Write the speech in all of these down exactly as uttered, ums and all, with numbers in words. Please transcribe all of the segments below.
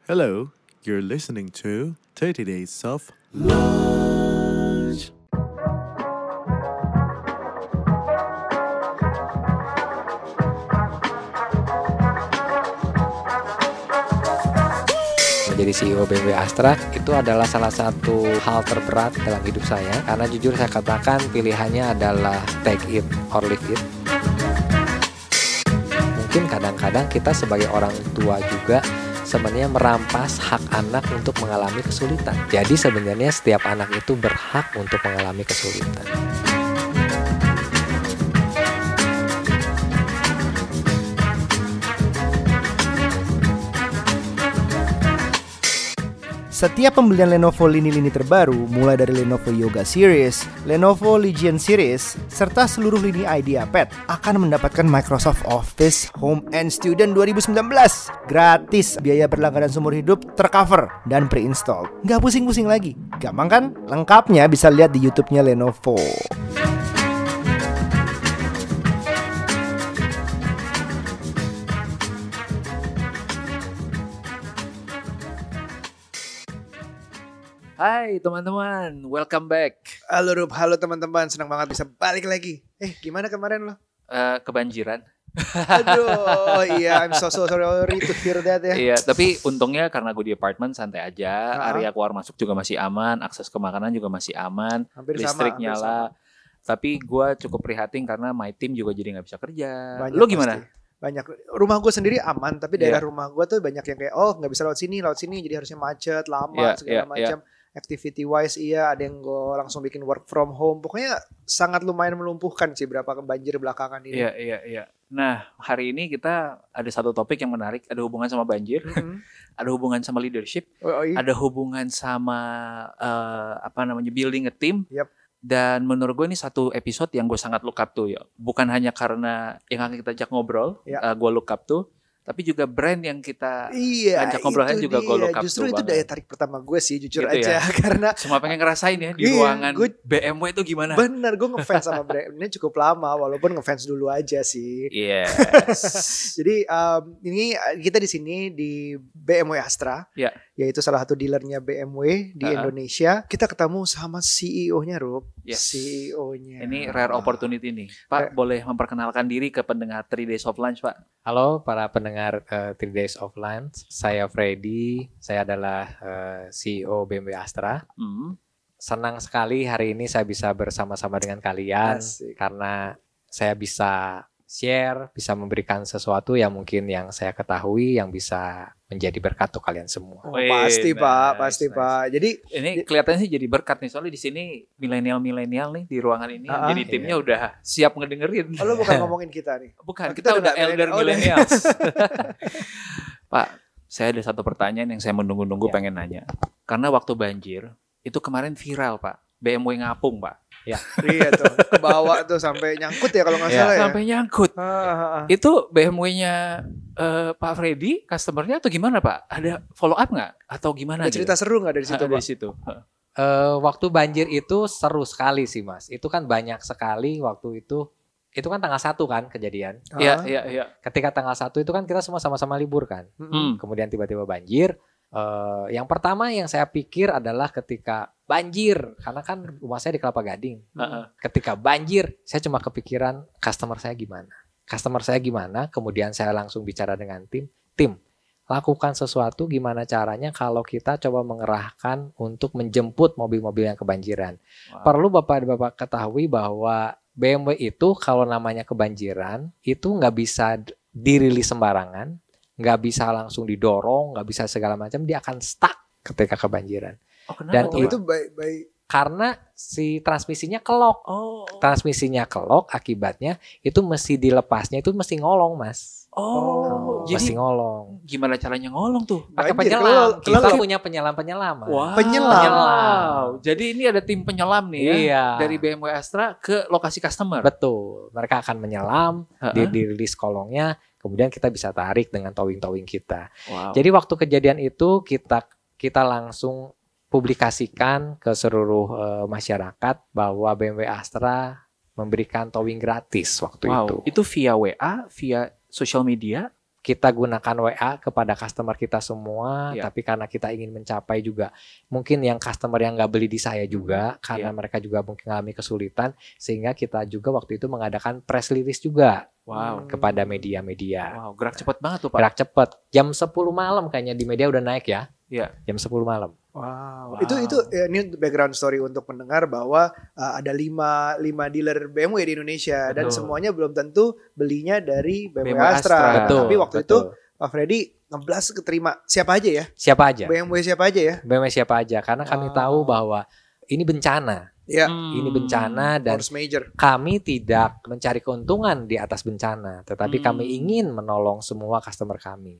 Hello, you're listening to thirty Days of Lunch. Menjadi C E O B M W Astra itu adalah salah satu hal terberat dalam hidup saya, karena jujur saya katakan pilihannya adalah take it or leave it. Mungkin kadang-kadang kita sebagai orang tua juga sebenarnya merampas hak anak untuk mengalami kesulitan. Jadi sebenarnya setiap anak itu berhak untuk mengalami kesulitan. Setiap pembelian Lenovo lini-lini terbaru, mulai dari Lenovo Yoga Series, Lenovo Legion Series, serta seluruh lini IdeaPad akan mendapatkan Microsoft Office Home and Student dua ribu sembilan belas. Gratis, biaya berlangganan seumur hidup tercover dan pre-install. Nggak pusing-pusing lagi. Gampang kan? Lengkapnya bisa lihat di YouTube-nya Lenovo. Hai teman-teman, welcome back. Halo Rup, halo teman-teman, senang banget bisa balik lagi. Eh, gimana kemarin lo? Uh, kebanjiran. Aduh, iya, I'm so, so sorry to hear that ya. Iya, tapi untungnya karena gue di apartemen santai aja, Nah. area keluar masuk juga masih aman, akses ke makanan juga masih aman, Hampir listrik sama, hampir nyala. Tapi gue cukup prihatin karena my team juga jadi nggak bisa kerja. Banyak Lo gimana? pasti. Banyak. Rumah gue sendiri aman, tapi daerah Iya. rumah gue tuh banyak yang kayak oh nggak bisa lewat sini, lewat sini, jadi harusnya macet, lama Iya, segala iya, macam. Activity wise iya, ada yang gue langsung bikin work from home. Pokoknya sangat lumayan melumpuhkan sih berapa banjir belakangan ini. Iya, iya, iya. Nah, hari ini kita ada satu topik yang menarik, ada hubungan sama banjir, Mm-hmm. ada hubungan sama leadership, Oh, oh, iya. ada hubungan sama eh, apa namanya building a team. Yap. Dan menurut gue ini satu episode yang gue sangat look up tuh ya. Bukan hanya karena yang akan kita ajak ngobrol, Ya. uh, gue look up tuh, tapi juga brand yang kita Iya, ajak ngobrolnya itu juga gue dia. look up Justru tuh itu banget. daya tarik pertama gue sih, jujur Gitu aja. ya. Karena Semua pengen ngerasain ya di Iya, ruangan gue- B M W itu gimana. bener, gue ngefans sama brand ini cukup lama, walaupun ngefans dulu aja sih. Yes. Jadi um, ini uh, kita di sini di B M W Astra, Ya. yaitu salah satu dealernya B M W di Uh-uh. Indonesia. Kita ketemu sama C E O-nya, Rup. Yes. C E O-nya. Ini rare opportunity nih. Pak, boleh memperkenalkan diri ke pendengar three Days of Lunch, Pak? Halo para pendengar uh, three Days of Lunch, saya Freddy, saya adalah uh, C E O B M W Astra. Hmm. Senang sekali hari ini saya bisa bersama-sama dengan kalian Asik. karena saya bisa share, bisa memberikan sesuatu yang mungkin yang saya ketahui yang bisa menjadi berkat untuk kalian semua. Oh, Wih, pasti Pak, nice, pasti nice. Pak. Jadi Ini kelihatannya sih jadi berkat nih, soalnya di sini milenial-milenial nih di ruangan ini. Ah, Jadi timnya udah siap ngedengerin. oh, lo bukan ngomongin kita nih. Bukan, Oh, kita, kita udah udah elder millennial. Oh, udah. millennials. Pak, saya ada satu pertanyaan yang saya menunggu-nunggu Ya. pengen nanya. Karena waktu banjir, itu kemarin viral, Pak. B M W ngapung, Pak. Iya tuh, ke bawah tuh sampai nyangkut ya kalau nggak Iya, salah ya. Sampai nyangkut. Ah, ah, ah. Itu B M W-nya eh, Pak Freddy, customer-nya atau gimana, Pak? Ada follow up nggak? Atau gimana? Ada cerita seru nggak dari gitu? situ, Ah, Pak? dari situ. Eh, waktu banjir itu seru sekali sih Mas. Itu kan banyak sekali waktu itu. Itu kan tanggal satu kan kejadian. Iya, Ah. iya, iya. Ketika tanggal satu itu kan kita semua sama-sama libur kan. Mm-mm. Hmm. Kemudian tiba-tiba banjir. Eh, yang pertama yang saya pikir adalah ketika banjir, karena kan rumah saya di Kelapa Gading. Heeh. Ketika banjir, saya cuma kepikiran customer saya gimana. Customer saya gimana, kemudian saya langsung bicara dengan tim. Tim, lakukan sesuatu gimana caranya kalau kita coba mengerahkan untuk menjemput mobil-mobil yang kebanjiran. Wow. Perlu Bapak-Bapak ketahui bahwa B M W itu kalau namanya kebanjiran, itu nggak bisa d- dirilis sembarangan, nggak bisa langsung didorong, nggak bisa segala macam, dia akan stuck ketika kebanjiran. Oh, kenapa? Dan Oh, Pak? itu baik-baik. Karena si transmisinya kelok. Oh. Transmisinya kelok, akibatnya itu mesti dilepasnya itu mesti ngolong, Mas. Oh, Oh, jadi Mesti ngolong. gimana caranya ngolong tuh? Pakai Banjir, penyelam. kelelep- Kita kelelep. punya penyelam-penyelam. Mas. Wow. Penyelam. Wow. Jadi ini ada tim penyelam nih ya. Iya. Dari B M W Astra ke lokasi customer. Betul. Mereka akan menyelam, Heeh. di dirilis kolongnya, kemudian kita bisa tarik dengan towing-towing kita. Wow. Jadi waktu kejadian itu kita kita langsung publikasikan ke seluruh eh, masyarakat bahwa B M W Astra memberikan towing gratis waktu wow. itu. Itu via W A, via social media. kita gunakan W A kepada customer kita semua, Iya. tapi karena kita ingin mencapai juga mungkin yang customer yang nggak beli di saya juga, karena Iya. mereka juga mungkin mengalami kesulitan, sehingga kita juga waktu itu mengadakan press release juga Wow. kepada media-media. Wow, gerak cepat banget tuh Pak. Gerak cepet, jam sepuluh malam kayaknya di media udah naik ya, Iya. jam sepuluh malam. Wow. Wow. Itu itu ya, ini background story untuk mendengar bahwa uh, ada lima lima dealer B M W di Indonesia dan Betul. semuanya belum tentu belinya dari B M W, B M W Astra. Astra. Betul. Tapi waktu betul. itu Pak Freddy ngeblas keterima siapa aja ya? Siapa aja? B M W siapa aja ya? B M W siapa aja? Karena kami Wow. tahu bahwa ini bencana, Ya, Hmm. ini bencana dan force major. kami tidak mencari keuntungan di atas bencana, tetapi Hmm. kami ingin menolong semua customer kami.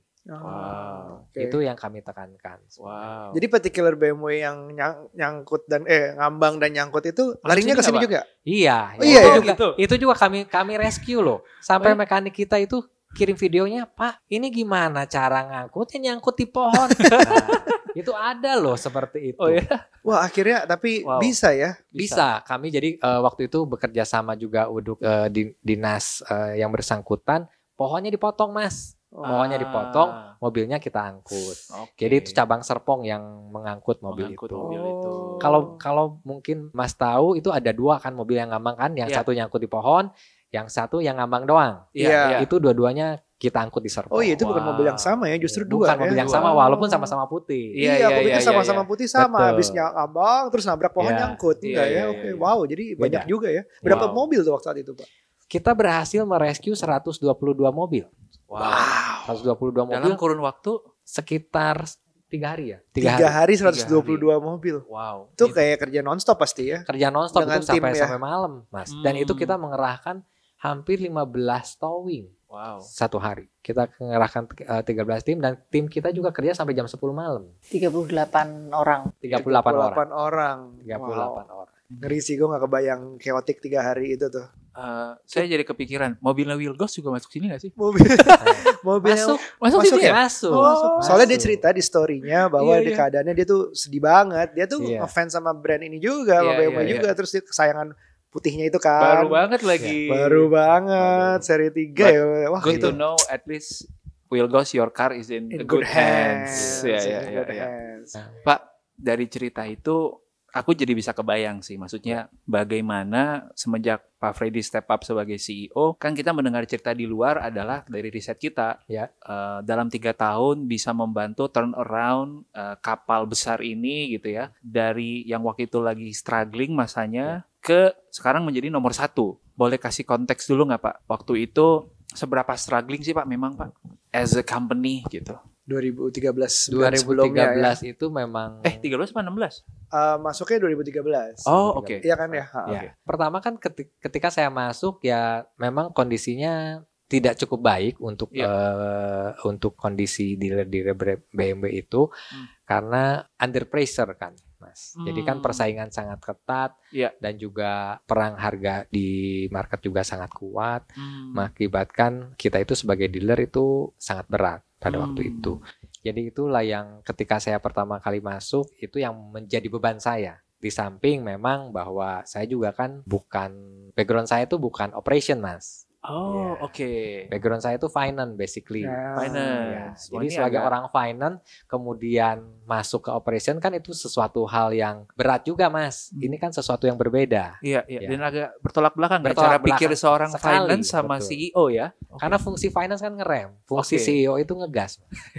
Wow. Itu yang kami tekankan. Wow. Jadi particular B M W yang nyang- nyangkut dan eh ngambang dan nyangkut itu Masuk larinya sini ke sini nggak, Pak? juga. Iya, Oh, ya, iya, itu ya? juga Gitu. itu juga kami kami rescue loh. Sampai Oh, iya? mekanik kita itu kirim videonya, "Pak, ini gimana cara ngangkutnya nyangkut di pohon?" Nah, itu ada loh seperti itu. Oh ya. Wah, akhirnya tapi Wow. bisa ya. Bisa. Kami jadi eh, waktu itu bekerja sama juga untuk eh, di, dinas eh, yang bersangkutan, pohonnya dipotong, Mas. Pohonnya dipotong, Ah, mobilnya kita angkut. oke. Jadi itu cabang Serpong yang mengangkut mobil Mengangkut itu. mobil itu. Oh. Kalau kalau mungkin Mas tahu itu ada dua kan mobil yang ngambang kan, yang Iya. satu nyangkut di pohon, yang satu yang ngambang doang. Iya, Iya. iya. Itu dua-duanya kita angkut di Serpong. Oh iya, itu bukan Wow. mobil yang sama ya, justru dua Bukan ya. mobil yang Dua. sama walaupun sama-sama putih. Iya, Iya, iya, aku pikir iya, sama-sama iya. putih sama, Betul. habis ngambang terus nabrak pohon Iya. nyangkut. Iya, Enggak iya, ya, iya, oke. iya. Wow, jadi banyak Beda. juga ya. Berapa Wow. mobil tuh waktu saat itu, Pak? Kita berhasil merescue seratus dua puluh dua mobil. Wow. seratus dua puluh dua mobil Dalam kurun waktu. sekitar tiga hari ya. Tiga, hari seratus dua puluh dua mobil. Wow. Itu kayak kerja nonstop pasti ya. Kerja nonstop Dengan itu sampai tim ya. sampai malam, Mas. Dan itu Hmm. kita mengerahkan hampir lima belas towing Wow. satu hari. Kita mengerahkan eh, tiga belas tim dan tim kita juga kerja sampai jam sepuluh malam. tiga puluh delapan orang. tiga puluh delapan orang. delapan orang. tiga puluh delapan Wow. orang. Ngeri sih, gue gak kebayang chaotic tiga hari itu tuh. Eh, saya jadi kepikiran, mobilnya Will Ghost juga masuk sini gak sih? Mobil mobil yang- Masuk, Masuk, Masuk sini ya? masuk. Oh, masuk. soalnya dia cerita di story-nya bahwa Iya, di iya. keadaannya dia tuh sedih banget. Dia tuh Iya. ngefans sama brand ini juga, sama Iya, B M W iya, juga. Terus dia kesayangan putihnya itu kan. Baru banget lagi. Baru banget seri tiga But ya. Wah, Good gitu. to know at least Will Ghost your car is in, In good, hands. Ya, in ya, ya, good ya. hands. Pak, dari cerita itu aku jadi bisa kebayang sih, maksudnya bagaimana semenjak Pak Freddy step up sebagai C E O, kan kita mendengar cerita di luar adalah dari riset kita, Ya. eh, dalam tiga tahun bisa membantu turn around eh, kapal besar ini gitu ya, dari yang waktu itu lagi struggling masanya ke sekarang menjadi nomor satu. Boleh kasih konteks dulu nggak Pak? Waktu itu seberapa struggling sih Pak memang Pak as a company gitu? dua ribu tiga belas dua ribu sebelumnya tiga ya. belas itu memang Eh tiga belas apa enam belas? Eh, masuknya dua ribu tiga belas. Oh oke. Iya kan ya? Ha, ya. oke. Pertama kan keti- ketika saya masuk ya memang kondisinya tidak cukup baik untuk Iya. eh, untuk kondisi dealer-dealer B M W itu Hmm. karena under pressure kan, Mas. Jadi kan Hmm. persaingan sangat ketat Iya. dan juga perang harga di market juga sangat kuat, Hmm. mengakibatkan kita itu sebagai dealer itu sangat berat pada Hmm. waktu itu. Jadi itulah yang ketika saya pertama kali masuk itu yang menjadi beban saya. Di samping memang bahwa saya juga kan bukan background saya itu bukan operation, Mas. Oh Iya. oke. Background saya itu finance basically. Ya. Finance. Ya, Wah, jadi ini sebagai agak- orang finance kemudian masuk ke operation kan itu sesuatu hal yang berat juga, Mas. Hmm. Ini kan sesuatu yang berbeda. Iya, iya. Ya. Dan agak bertolak belakang ya Bertolak cara pikir belakang seorang sekali, finance sama betul. C E O ya. Karena fungsi finance kan ngerem, fungsi Oke. C E O itu ngegas.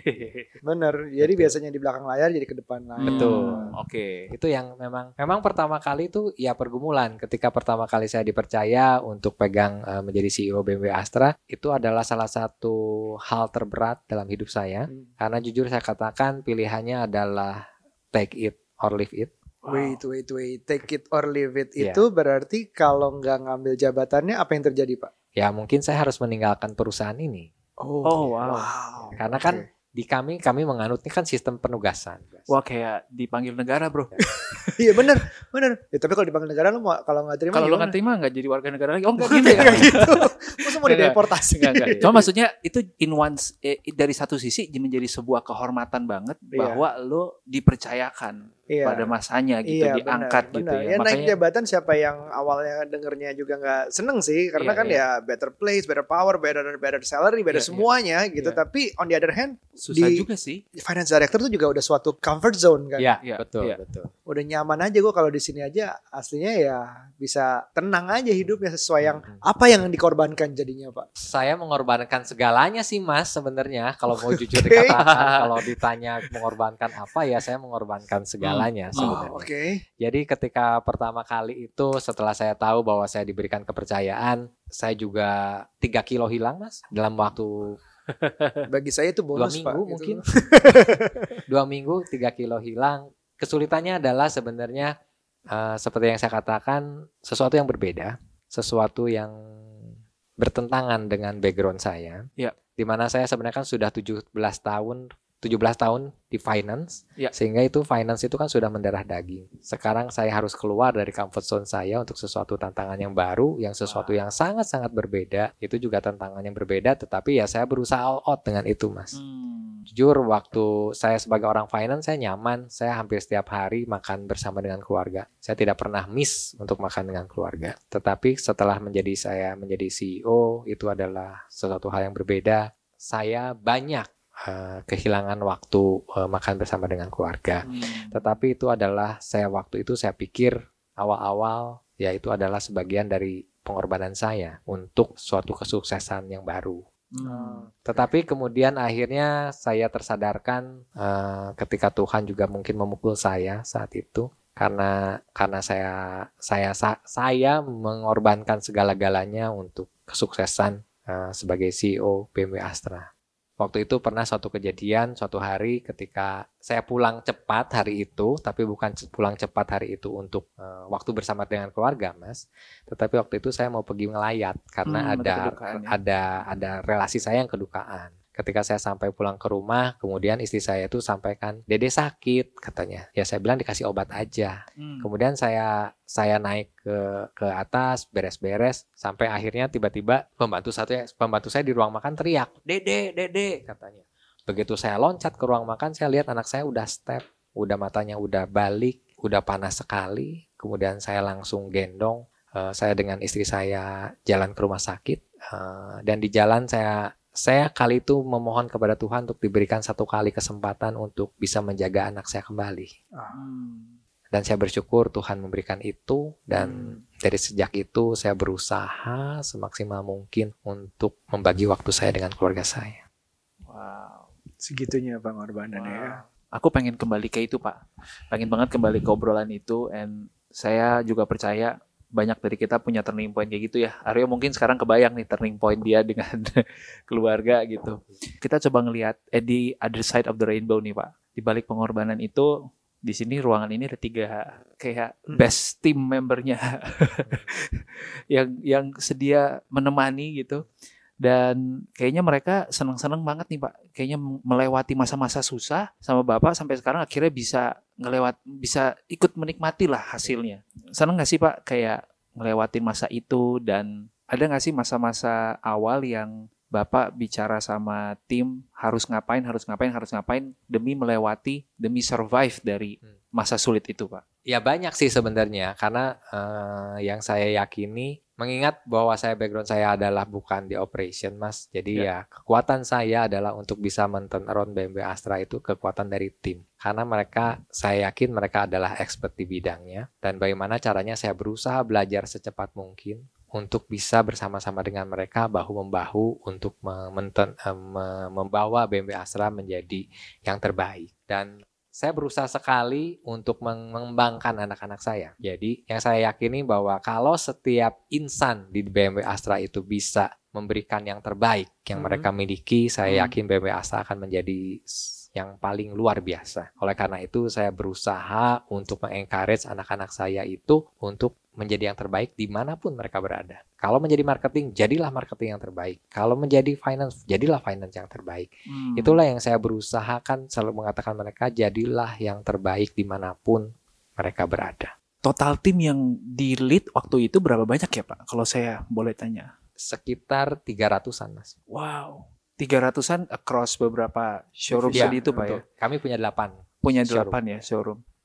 Bener. Jadi Betul. biasanya di belakang layar jadi ke depan layar. Betul. Hmm, Oke. Itu yang memang memang pertama kali itu ya pergumulan ketika pertama kali saya dipercaya untuk pegang eh, menjadi C E O B M W Astra, itu adalah salah satu hal terberat dalam hidup saya Hmm. karena jujur saya katakan pilihannya adalah take it or leave it. Wait, wait, wait. Take it or leave it. Iya. Itu berarti kalau nggak ngambil jabatannya apa yang terjadi, Pak? Ya mungkin saya harus meninggalkan perusahaan ini Oh, wow. karena kan di kami kami menganut ini kan sistem penugasan. Wah kayak dipanggil negara bro. Iya bener, bener. Ya, tapi kalau dipanggil negara lu mau kalau nggak terima Kalau lo gimana? nggak terima nggak jadi warga negara lagi. Oh nggak gitu ya. Nggak gitu. Masa mau Nggak, dideportasi? Enggak, enggak. Cuma maksudnya itu in one eh, dari satu sisi menjadi sebuah kehormatan banget Iya. bahwa lo dipercayakan Iya. pada masanya gitu, Iya, diangkat benar, gitu benar. ya. Ya naik Makanya jabatan siapa yang awalnya dengernya juga nggak seneng sih, karena Iya, kan iya. ya better place, better power, better better salary, better Iya, iya. semuanya gitu. Iya. Tapi on the other hand, susah di- juga sih. finance director tuh juga udah suatu comfort zone kan. Iya, Iya, betul, iya. betul. Udah nyaman aja gue kalau di sini aja, aslinya ya bisa tenang aja hidupnya sesuai yang Hmm. apa yang dikorbankan jadinya Pak. Saya mengorbankan segalanya sih Mas sebenarnya. Kalau mau jujur Oke. dikatakan, kalau ditanya mengorbankan apa ya saya mengorbankan segalanya Hmm. sebenarnya. Oh, oke. Jadi ketika pertama kali itu setelah saya tahu bahwa saya diberikan kepercayaan, saya juga tiga kilo hilang Mas dalam waktu Bagi saya itu dua bonus Pak. minggu gitu. mungkin. Dua minggu tiga kilo hilang. Kesulitannya adalah sebenarnya eh, seperti yang saya katakan sesuatu yang berbeda, sesuatu yang bertentangan dengan background saya. Ya. Di mana saya sebenarnya kan sudah tujuh belas tahun tujuh belas tahun di finance, Ya. sehingga itu finance itu kan sudah mendarah daging. Sekarang saya harus keluar dari comfort zone saya untuk sesuatu tantangan yang baru, yang sesuatu yang sangat-sangat berbeda. Itu juga tantangan yang berbeda, tetapi ya saya berusaha all out dengan itu, Mas. Hmm. Jujur, waktu saya sebagai orang finance, saya nyaman. Saya hampir setiap hari makan bersama dengan keluarga. Saya tidak pernah miss untuk makan dengan keluarga. Tetapi setelah menjadi saya menjadi C E O, itu adalah sesuatu hal yang berbeda. Saya banyak uh, kehilangan waktu uh, makan bersama dengan keluarga. Hmm. Tetapi itu adalah saya waktu itu saya pikir awal-awal ya itu adalah sebagian dari pengorbanan saya untuk suatu kesuksesan yang baru. Hmm. Tetapi kemudian akhirnya saya tersadarkan uh, ketika Tuhan juga mungkin memukul saya saat itu karena karena saya saya sa- saya mengorbankan segala-galanya untuk kesuksesan uh, sebagai C E O B M W Astra. Waktu itu pernah suatu kejadian suatu hari ketika saya pulang cepat hari itu, tapi bukan ce- pulang cepat hari itu untuk uh, waktu bersama dengan keluarga, Mas. Tetapi waktu itu saya mau pergi ngelayat karena Hmm, ada ada kedukaan ya. ada ada relasi saya yang kedukaan. Ketika saya sampai pulang ke rumah, kemudian istri saya itu sampaikan, "Dede sakit," katanya. Ya saya bilang dikasih obat aja. Hmm. Kemudian saya saya naik ke ke atas beres-beres sampai akhirnya tiba-tiba pembantu satu pembantu saya di ruang makan teriak, "Dede, Dede," katanya. Begitu saya loncat ke ruang makan, saya lihat anak saya udah step, udah matanya udah balik, udah panas sekali. Kemudian saya langsung gendong eh, saya dengan istri saya jalan ke rumah sakit. Eh, dan di jalan saya saya kali itu memohon kepada Tuhan untuk diberikan satu kali kesempatan untuk bisa menjaga anak saya kembali. Hmm. Dan saya bersyukur Tuhan memberikan itu dan dari sejak itu saya berusaha semaksimal mungkin untuk membagi waktu saya dengan keluarga saya. Wow. Segitunya pengorbanannya ya. Aku pengen kembali ke itu, Pak. Pengen banget kembali ke obrolan itu, and saya juga percaya banyak dari kita punya turning point kayak gitu ya. Aryo mungkin sekarang kebayang nih turning point dia dengan keluarga gitu. Kita coba ngelihat at the other side of the rainbow nih, Pak. Di balik pengorbanan itu, di sini ruangan ini ada tiga kayak Hmm. best team membernya yang yang sedia menemani gitu. Dan kayaknya mereka seneng-seneng banget nih Pak. Kayaknya melewati masa-masa susah sama Bapak sampai sekarang akhirnya bisa ngelewat, bisa ikut menikmati lah hasilnya. Seneng gak sih Pak kayak ngelewatin masa itu, dan ada gak sih masa-masa awal yang Bapak bicara sama tim harus ngapain, harus ngapain, harus ngapain demi melewati, demi survive dari masa sulit itu Pak? Ya banyak sih sebenarnya karena eh, yang saya yakini mengingat bahwa saya background saya adalah bukan di operation Mas. Jadi ya, kekuatan saya adalah untuk bisa men-turn around B M W Astra itu kekuatan dari tim. Karena mereka, saya yakin mereka adalah expert di bidangnya. Dan bagaimana caranya saya berusaha belajar secepat mungkin untuk bisa bersama-sama dengan mereka bahu-membahu untuk me- men-turn- eh, me- membawa B M W Astra menjadi yang terbaik. Dan saya berusaha sekali untuk mengembangkan anak-anak saya. Jadi yang saya yakini bahwa kalau setiap insan di B M W Astra itu bisa memberikan yang terbaik yang Hmm. mereka miliki, saya Hmm. yakin B M W Astra akan menjadi yang paling luar biasa. Oleh karena itu saya berusaha untuk mengencourage anak-anak saya itu untuk menjadi yang terbaik dimanapun mereka berada. Kalau menjadi marketing, jadilah marketing yang terbaik. Kalau menjadi finance, jadilah finance yang terbaik. Hmm. Itulah yang saya berusaha kan selalu mengatakan mereka jadilah yang terbaik dimanapun mereka berada. Total tim yang di lead waktu itu berapa banyak ya Pak? Kalau saya boleh tanya. Sekitar tiga ratusan Mas. Wow, tiga ratusan across beberapa showroom Iya, tadi itu Pak ya? betul. Kami punya delapan. Punya Showroom. delapan ya showroom.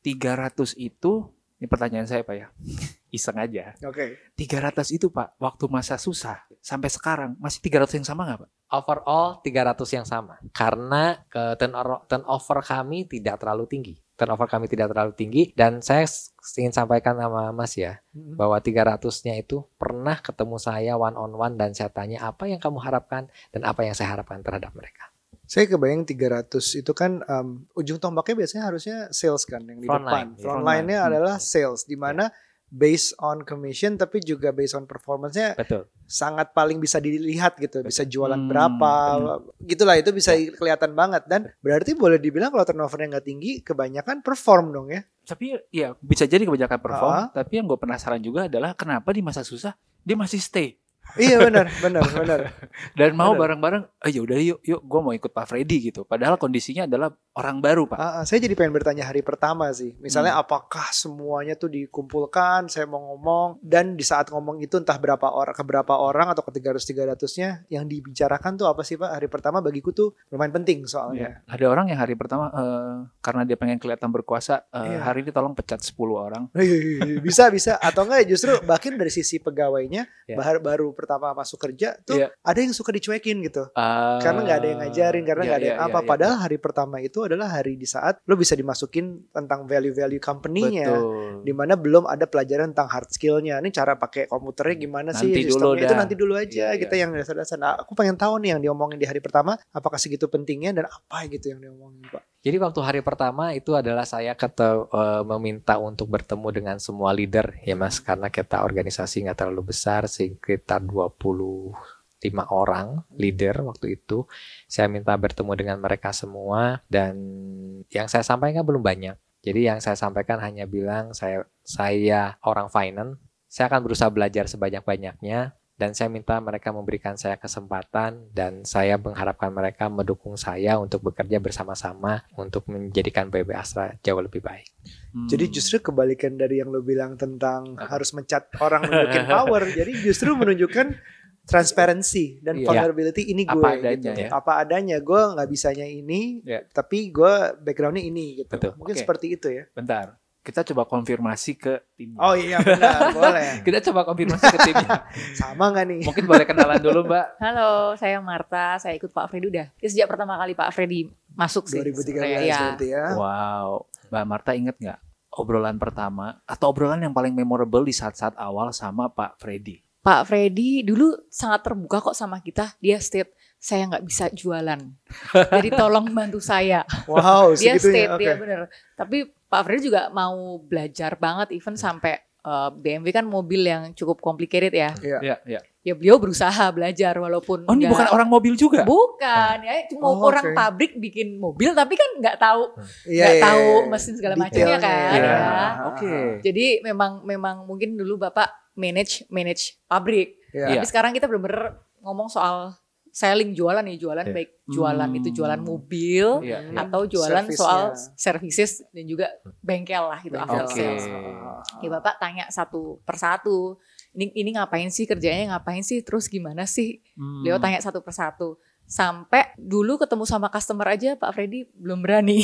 tiga ratus itu, ini pertanyaan saya Pak ya, iseng aja. Oke. tiga ratus itu Pak, waktu masa susah sampai sekarang masih tiga ratus yang sama nggak Pak? Overall tiga ratus yang sama. Karena ke turnover, turnover kami tidak terlalu tinggi. Turnover kami tidak terlalu tinggi. Dan saya ingin sampaikan sama Mas ya, Mm-mm. bahwa tiga ratus-nya itu pernah ketemu saya one on one dan saya tanya apa yang kamu harapkan dan apa yang saya harapkan terhadap mereka. Saya kebayang tiga ratus itu kan um, ujung tombaknya biasanya harusnya sales kan yang di Front depan. line, ya. Front Front line-nya line. adalah sales di mana based on commission tapi juga based on performance-nya Betul. sangat paling bisa dilihat gitu, bisa jualan Hmm, berapa, gitulah itu bisa Ya. kelihatan banget dan berarti boleh dibilang kalau turnovernya nggak tinggi, kebanyakan perform dong ya. Tapi ya bisa jadi kebanyakan perform, Ah. tapi yang gue penasaran juga adalah kenapa di masa susah dia masih stay Iya benar, benar, benar. dan mau Benar. bareng-bareng, oh ya udah yuk, yuk gue mau ikut Pak Freddy gitu. Padahal kondisinya adalah orang baru Pak. Ah, ah, saya jadi pengen bertanya hari pertama sih. Misalnya apakah semuanya tuh dikumpulkan, saya mau ngomong dan di saat ngomong itu entah berapa orang ke berapa orang atau ke tiga ratus tiga ratus-nya yang dibicarakan tuh apa sih Pak? Hari pertama bagiku tuh lumayan penting soalnya. Ada orang yang hari pertama eh, karena dia pengen kelihatan berkuasa, eh, Iya. hari ini tolong pecat sepuluh orang. Bisa bisa atau enggak justru bahkan dari sisi pegawainya Ya. baru baru pertama masuk kerja tuh Iya. ada yang suka dicuekin gitu. Ah, Karena nggak ada yang ngajarin, karena iya, nggak ada iya, yang iya, apa. iya. Padahal hari pertama itu adalah hari di saat lo bisa dimasukin tentang value-value company-nya. betul. Dimana belum ada pelajaran tentang hard skill-nya. Ini cara pakai komputernya gimana sih, Nanti dulu sistemnya itu dah. nanti dulu aja. Iya, Kita iya. yang dasar-dasar. Nah, aku pengen tahu nih yang diomongin di hari pertama, apakah segitu pentingnya dan apa gitu yang diomongin Pak? Jadi waktu hari pertama itu adalah saya kete, eh, meminta untuk bertemu dengan semua leader ya Mas, karena kita organisasi nggak terlalu besar, sekitar dua puluh lima orang leader waktu itu. Saya minta bertemu dengan mereka semua dan yang saya sampaikan belum banyak. Jadi yang saya sampaikan hanya bilang saya saya orang finance, saya akan berusaha belajar sebanyak-banyaknya. Dan saya minta mereka memberikan saya kesempatan dan saya mengharapkan mereka mendukung saya untuk bekerja bersama-sama untuk menjadikan B B Astra jauh lebih baik. Hmm. Jadi justru kebalikan dari yang lo bilang tentang Apa? harus mencat orang nunjukin power. Jadi justru menunjukkan transparency dan Iya. vulnerability ini gue Apa adanya, gitu. ya. Apa adanya, gue nggak bisanya ini, Ya. tapi gue backgroundnya ini gitu. Betul. Mungkin Oke. seperti itu ya. bentar. Kita coba konfirmasi ke tim. Oh iya benar, boleh. Kita coba konfirmasi ke timnya. Sama nggak nih? Mungkin boleh kenalan dulu Mbak. Halo, saya Marta. Saya ikut Pak Freddy udah. Ini sejak pertama kali Pak Freddy masuk sih. dua ribu tiga belas sebenarnya, ya. berarti ya. Wow, Mbak Marta inget nggak obrolan pertama atau obrolan yang paling memorable di saat-saat awal sama Pak Freddy? Pak Freddy dulu sangat terbuka kok sama kita. Dia state, saya nggak bisa jualan. Jadi tolong bantu saya. Wow, Dia segitunya. state, Oke. dia bener. Tapi Pak Freddy juga mau belajar banget, even sampai eh, B M W kan mobil yang cukup complicated ya. Iya, iya. Ya beliau berusaha belajar walaupun Oh, ini nggak- bukan orang mobil juga? Bukan, ya cuma Oh, orang oke. pabrik bikin mobil tapi kan nggak tahu Iya, nggak iya, tahu iya. mesin segala macamnya Detailnya, kan. iya. Ya. Oke. Jadi memang memang mungkin dulu Bapak manage manage pabrik. Iya. Tapi sekarang kita benar-benar ngomong soal selling, jualan nih, jualan Iya. baik jualan Hmm. itu jualan mobil Iya, iya. atau jualan Servisnya. soal services dan juga bengkel lah gitu, after Oke. sales. Ya Bapak tanya satu persatu. Ini ini ngapain sih kerjanya, ngapain sih, terus gimana sih? Hmm. Beliau tanya satu persatu. Sampai dulu ketemu sama customer aja Pak Freddy belum berani.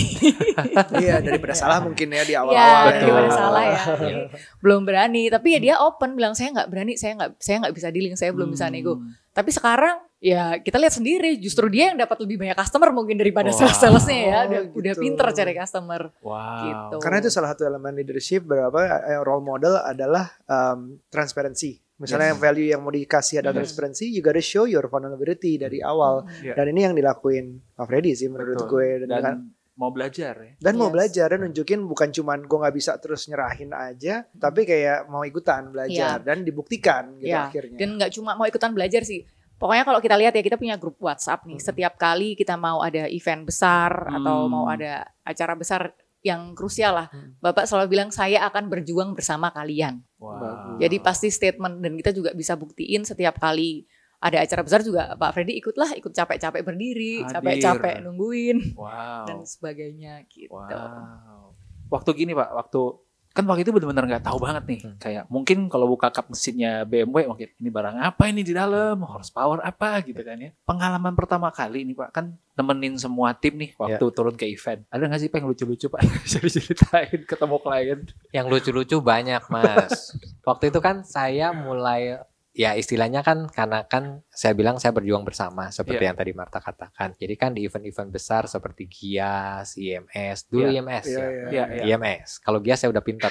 Iya, daripada salah mungkin ya di Ya, awal-awal. Betul. daripada salah ya. Jadi, belum berani. Tapi ya dia open bilang saya nggak berani, saya nggak saya nggak bisa dealing, saya belum bisa nego. Hmm. Tapi sekarang ya kita lihat sendiri, justru dia yang dapat lebih banyak customer mungkin daripada Wow. sales-salesnya ya. Udah, Oh, udah gitu. pinter cari customer. Wow. Gitu. Karena itu salah satu elemen leadership berapa eh, role model adalah um, transparency. Misalnya Yes. yang value yang mau dikasih adalah Hmm. transparency, you gotta show your vulnerability dari awal. Iya. Dan ini yang dilakuin Pak Freddy sih menurut Betul. gue. Dan, Dan dengan- mau belajar ya. dan mau Yes. belajar dan nunjukin bukan cuman gue nggak bisa terus nyerahin aja, tapi kayak mau ikutan belajar Iya. dan dibuktikan gitu Iya. akhirnya. Dan nggak cuma mau ikutan belajar sih. Pokoknya kalau kita lihat ya, kita punya grup WhatsApp nih. Setiap kali kita mau ada event besar atau Hmm. mau ada acara besar yang krusial lah, Hmm. Bapak selalu bilang saya akan berjuang bersama kalian. Wow. Jadi pasti statement, dan kita juga bisa buktiin setiap kali ada acara besar juga Pak Freddy ikutlah, ikut capek-capek berdiri, Hadir. capek-capek nungguin Wow. dan sebagainya gitu. Wow. Waktu gini Pak, waktu kan waktu itu benar-benar nggak tahu banget nih. Hmm. Kayak mungkin kalau buka kap mesinnya B M W, mungkin ini barang apa ini di dalam, horsepower apa gitu kan ya. Pengalaman pertama kali ini Pak, kan nemenin semua tim nih waktu Ya. turun ke event. Ada nggak sih Pak yang lucu-lucu Pak? Bisa diceritain ketemu klien? Yang lucu-lucu banyak Mas. Waktu itu kan saya mulai, ya istilahnya kan karena kan saya bilang saya berjuang bersama seperti Iya. yang tadi Marta katakan. Jadi kan di event-event besar seperti Gias, I M S, dulu Iya. I M S Iya, ya. iya. Iya, iya. I M S. Kalau Gias saya udah pinter.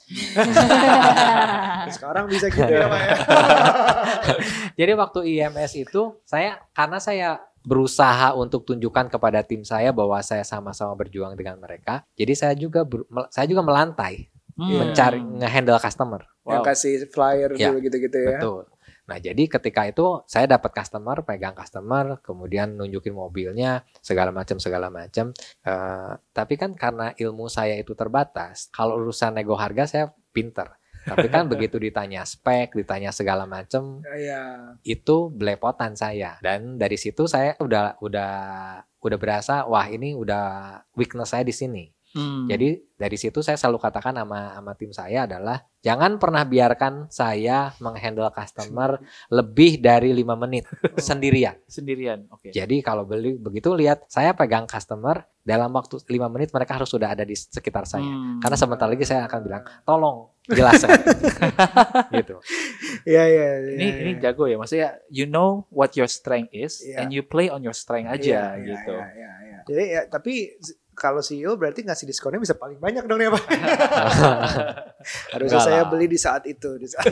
Sekarang bisa gitu ya Pak ya. Jadi waktu I M S itu saya karena saya berusaha untuk tunjukkan kepada tim saya bahwa saya sama-sama berjuang dengan mereka. Jadi saya juga ber- mel- saya juga melantai Hmm. mencari nge-handle customer. Yang Wow. kasih flyer Ya, dulu gitu-gitu ya. Betul. Nah, jadi ketika itu saya dapat customer, pegang customer, kemudian nunjukin mobilnya, segala macam segala macam. Eh, tapi kan karena ilmu saya itu terbatas, kalau urusan nego harga saya pinter. Tapi kan begitu ditanya spek, ditanya segala macam, Iya. itu belepotan saya. Dan dari situ saya udah udah udah berasa, wah ini udah weakness saya di sini. Hmm. Jadi dari situ saya selalu katakan sama sama tim saya adalah jangan pernah biarkan saya menghandle customer lebih dari lima menit sendirian. sendirian. Oke. Jadi kalau beli begitu lihat saya pegang customer dalam waktu lima menit mereka harus sudah ada di sekitar saya. Hmm. Karena sebentar lagi saya akan bilang tolong jelaskan. Gitu. Iya, iya. ini iya, ini iya. jago ya, maksudnya you know what your strength is Iya. and you play on your strength aja Iya, iya, gitu. iya, iya, iya. Jadi ya tapi s- kalau C E O berarti ngasih diskonnya bisa paling banyak dong ya Pak. Harusnya Enggak saya lah. beli di saat itu. Di saat-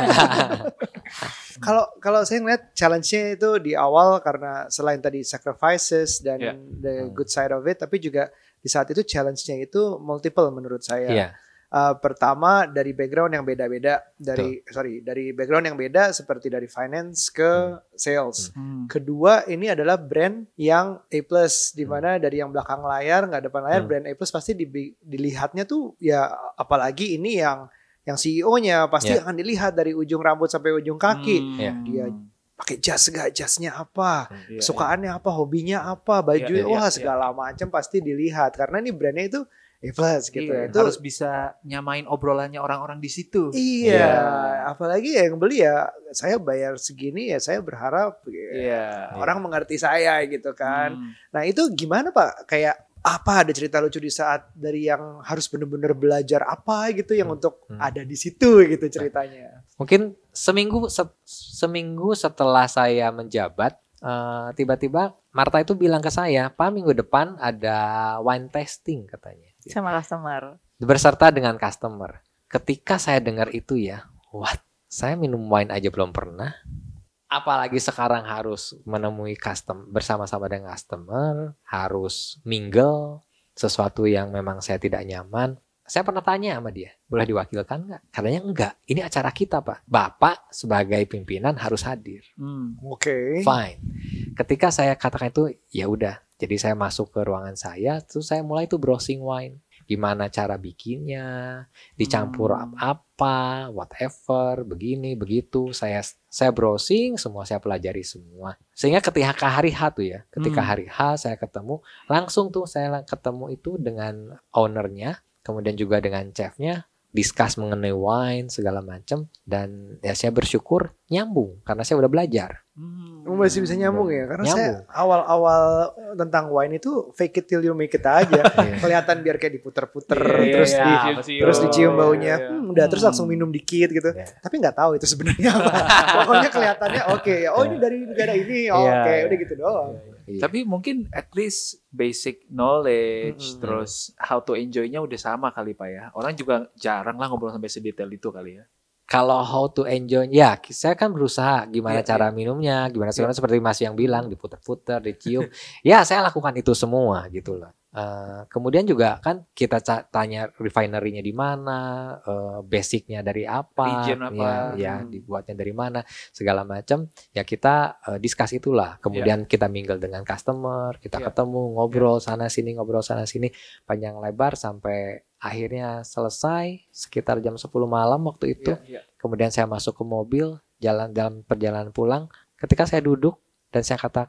Kalau kalau saya ngeliat challenge-nya itu di awal karena selain tadi sacrifices dan Yeah. the Hmm. good side of it, tapi juga di saat itu challenge-nya itu multiple menurut saya. Iya. Uh, pertama dari background yang beda-beda, dari sorry dari background yang beda seperti dari finance ke sales. Hmm. Kedua ini adalah brand yang A plus, di mana dari yang belakang layar nggak depan layar Hmm. brand A plus pasti di- dilihatnya tuh ya, apalagi ini yang yang C E O-nya pasti Yeah. akan dilihat dari ujung rambut sampai ujung kaki. Hmm. Iya. Dia pakai jas gak, jasnya apa, Iya, kesukaannya apa, hobinya apa, baju Iya, iya, wah iya. segala macam pasti dilihat karena ini brandnya itu A plus gitu. Iya, Itu harus bisa nyamain obrolannya orang-orang di situ. iya, Iya. apalagi yang beli ya saya bayar segini ya saya berharap ya, Iya. orang mengerti saya gitu kan. Hmm. Nah itu gimana Pak? Kayak apa ada cerita lucu di saat dari yang harus bener-bener belajar apa gitu yang Hmm. untuk Hmm. ada di situ gitu ceritanya. Mungkin seminggu se- seminggu setelah saya menjabat, eh, tiba-tiba Marta itu bilang ke saya, "Pak, minggu depan ada wine tasting," katanya. Sama customer. Berserta dengan customer. Ketika saya dengar itu ya, what? Saya minum wine aja belum pernah. Apalagi sekarang harus menemui custom bersama-sama dengan customer, harus mingle, sesuatu yang memang saya tidak nyaman. Saya pernah tanya sama dia, boleh diwakilkan nggak? Katanya enggak, ini acara kita Pak. Bapak sebagai pimpinan harus hadir. Hmm. Oke. Fine. Ketika saya katakan itu, ya udah. Jadi saya masuk ke ruangan saya, terus saya mulai tuh browsing wine. Gimana cara bikinnya, dicampur Hmm. apa, whatever, begini, begitu. Saya saya browsing, semua saya pelajari semua. Sehingga ketika hari H tuh ya, ketika Hmm. hari H saya ketemu, langsung tuh saya lang- ketemu itu dengan ownernya, kemudian juga dengan chefnya, discuss mengenai wine segala macam, dan ya saya bersyukur nyambung karena saya udah belajar. Hmm. Oh, masih bisa nyambung ya karena saya Nyambung. awal-awal tentang wine itu fake it till you make it aja. Kelihatan biar kayak diputer-puter Iya, terus iya, di iya, pasti. terus Oh, dicium iya, baunya. iya. Hmm, udah terus Hmm. langsung minum dikit gitu. Iya. Tapi nggak tahu itu sebenarnya apa. Pokoknya kelihatannya oke ya. Oh ini dari negara ini. Oh, Iya, oke, iya. udah gitu doang. Iya. Tapi mungkin at least basic knowledge, Mm-mm. terus how to enjoy-nya udah sama kali Pak ya. Orang juga jarang lah ngobrol sampai sedetail itu kali ya. Kalau how to enjoy, ya saya kan berusaha gimana Iya, cara minumnya, gimana segala seperti Mas yang bilang diputer-puter, dicium. Ya saya lakukan itu semua gitu loh. Eh, kemudian juga kan kita ca- tanya refinery-nya di mana, eh, basicnya dari apa, Region apa. ya, ya Hmm. dibuatnya dari mana, segala macam. Ya kita eh, discuss itulah. Kemudian kita mingle dengan customer, kita Iya. ketemu ngobrol sana sini, ngobrol sana sini, panjang lebar sampai akhirnya selesai sekitar jam sepuluh malam waktu itu. Iya, iya. Kemudian saya masuk ke mobil, jalan dalam perjalanan pulang. Ketika saya duduk dan saya katakan,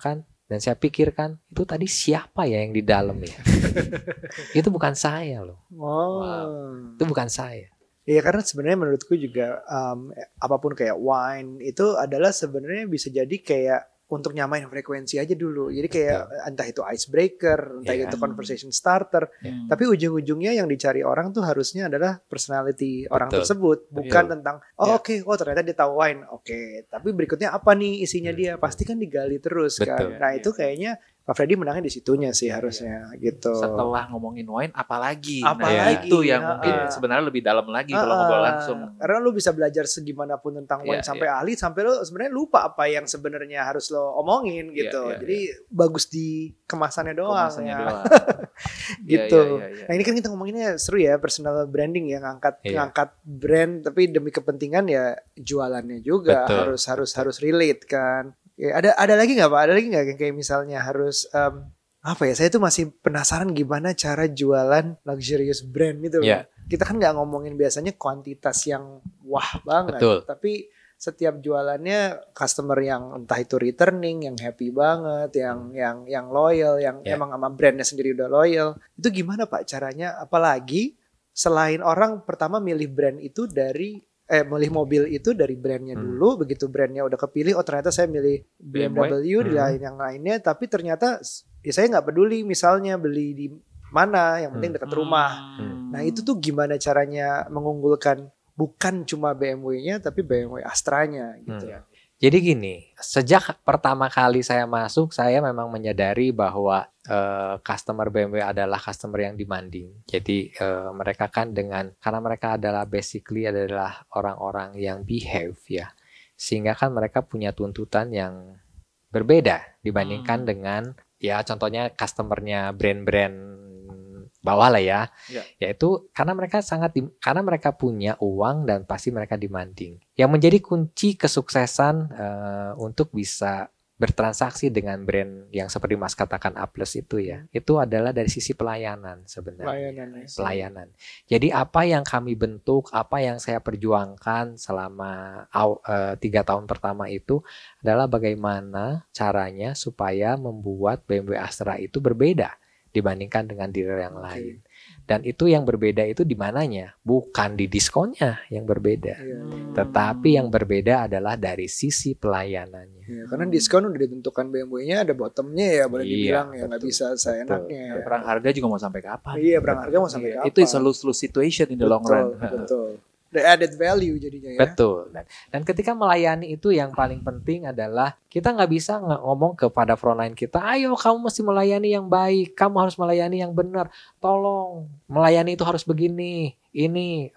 Dan saya pikirkan, itu tadi siapa ya yang di dalam ya? Itu bukan saya loh. Oh. Itu bukan saya. Iya, karena sebenarnya menurutku juga um, apapun kayak wine itu adalah sebenarnya bisa jadi kayak untuk nyamain frekuensi aja dulu. Jadi kayak Betul. entah itu icebreaker, entah Iya. itu conversation starter. Hmm. Tapi ujung-ujungnya yang dicari orang tuh harusnya adalah personality orang Betul. tersebut, bukan Betul. tentang oh Ya. oke, oh ternyata dia tahu wine, oke. Tapi berikutnya apa nih isinya dia? Pasti kan digali terus kan. Betul. Nah itu kayaknya Pak Freddy menangnya di situnya sih harusnya gitu. Setelah ngomongin wine, apalagi? Apalagi, Nah, itu yang ya. mungkin Ah. sebenarnya lebih dalam lagi kalau Ah, ngobrol langsung. Karena lu bisa belajar segimanapun tentang wine Iya, sampai ahli, sampai lu sebenarnya lupa apa yang sebenarnya harus lo omongin gitu. Iya, iya, Jadi bagus di kemasannya doang Kemasannya ya. doang. Gitu. Iya, iya, iya, Nah ini kan kita ngomonginnya seru ya, personal branding ya, ngangkat Iya. ngangkat brand tapi demi kepentingan ya jualannya juga Betul. harus harus harus relate kan. Ya, ada ada lagi nggak Pak? Ada lagi nggak yang kayak misalnya harus em, apa ya? Saya tuh masih penasaran gimana cara jualan luxurious brand gitu loh. Iya. Kita kan nggak ngomongin biasanya kuantitas yang wah banget, Betul. tapi setiap jualannya customer yang entah itu returning, yang happy banget, yang yang yang loyal, yang Ya. emang sama brandnya sendiri udah loyal. Itu gimana Pak caranya? Apalagi selain orang pertama milih brand itu dari eh milih mobil itu dari brandnya Hmm. dulu, begitu brandnya udah kepilih, oh ternyata saya milih B M W, di Hmm. lain yang lainnya, tapi ternyata ya saya nggak peduli misalnya beli di mana, yang penting Hmm. dekat rumah. Hmm. Nah itu tuh gimana caranya mengunggulkan bukan cuma B M W-nya tapi B M W Astra-nya gitu. Hmm. Jadi gini, sejak pertama kali saya masuk, saya memang menyadari bahwa eh, customer B M W adalah customer yang demanding. Jadi eh, mereka kan dengan, karena mereka adalah basically adalah orang-orang yang behave ya, sehingga kan mereka punya tuntutan yang berbeda dibandingkan Hmm. dengan ya contohnya customernya brand-brand bawah lah ya, Ya. yaitu karena mereka sangat di- karena mereka punya uang dan pasti mereka demanding. Yang menjadi kunci kesuksesan eh, untuk bisa bertransaksi dengan brand yang seperti Mas katakan A plus itu ya, itu adalah dari sisi pelayanan sebenarnya. Pelayanannya. Pelayanan. Jadi apa yang kami bentuk, apa yang saya perjuangkan selama aw- eh, tiga tahun pertama itu adalah bagaimana caranya supaya membuat B M W Astra itu berbeda dibandingkan dengan dealer yang Oke. lain. Dan itu yang berbeda itu di mananya? Bukan di diskonnya yang berbeda. Iya. Tetapi yang berbeda adalah dari sisi pelayanannya. Iya, karena diskon udah ditentukan B M W-nya ada bottomnya ya, boleh Iya, dibilang ya, nggak betul. bisa seenaknya. Ya. Perang harga juga mau sampai kapan? Iya, perang harga mau sampai Iya, kapan? Itu is a lose-lose situation in the long Betul, run. betul. The added value jadinya ya. Betul. Dan, dan ketika melayani itu yang paling penting adalah kita nggak bisa nge- ngomong kepada frontline kita, ayo kamu mesti melayani yang baik, kamu harus melayani yang benar. Tolong, melayani itu harus begini. Ini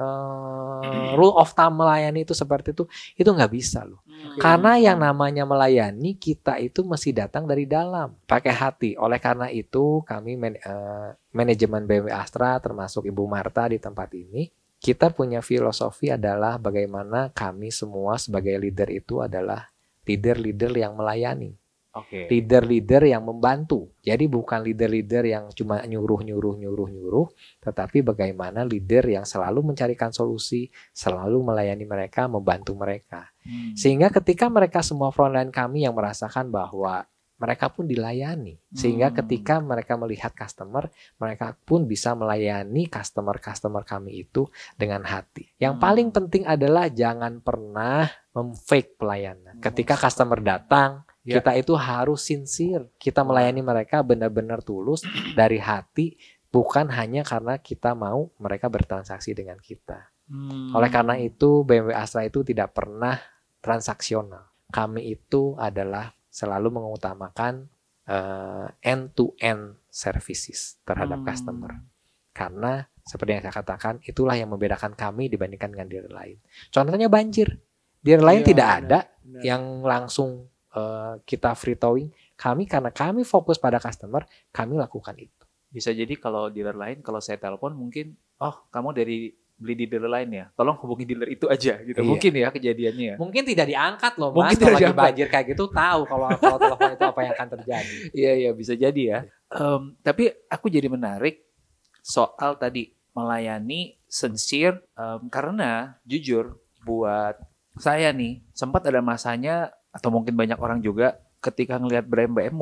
eh, rule of thumb melayani itu seperti itu. Itu nggak bisa loh. Hmm. Karena yang namanya melayani kita itu mesti datang dari dalam, pakai hati. Oleh karena itu kami man- eh, manajemen B M W Astra termasuk Ibu Marta di tempat ini, kita punya filosofi adalah bagaimana kami semua sebagai leader itu adalah leader-leader yang melayani. Oke. Leader-leader yang membantu. Jadi bukan leader-leader yang cuma nyuruh-nyuruh-nyuruh-nyuruh, tetapi bagaimana leader yang selalu mencarikan solusi, selalu melayani mereka, membantu mereka. Hmm. Sehingga ketika mereka semua frontline kami yang merasakan bahwa mereka pun dilayani. Sehingga Hmm. ketika mereka melihat customer, mereka pun bisa melayani customer-customer kami itu dengan hati. Yang Hmm. paling penting adalah jangan pernah memfake pelayanan. Ketika customer datang, Ya. kita itu harus sincere. Kita melayani mereka benar-benar tulus dari hati, bukan hanya karena kita mau mereka bertransaksi dengan kita. Hmm. Oleh karena itu B M W Astra itu tidak pernah transaksional. Kami itu adalah selalu mengutamakan eh, end-to-end services terhadap Hmm. customer. Karena seperti yang saya katakan, itulah yang membedakan kami dibandingkan dengan dealer lain. Contohnya banjir. Dealer lain Iya, tidak benar, ada benar. yang langsung eh, kita free towing. Kami karena kami fokus pada customer, kami lakukan itu. Bisa jadi kalau dealer lain, kalau saya telepon mungkin, oh kamu dari beli di dealer lain ya, tolong hubungi dealer itu aja gitu. Iya. Mungkin ya kejadiannya ya. Mungkin tidak diangkat loh, Mungkin Mas. tidak Kalau lagi diangkat. banjir kayak gitu tahu kalau kalau telepon itu apa yang akan terjadi. Iya iya bisa jadi ya. Em, tapi aku jadi menarik soal tadi melayani sincere em, karena jujur buat saya nih sempat ada masanya atau mungkin banyak orang juga ketika ngelihat brand B M W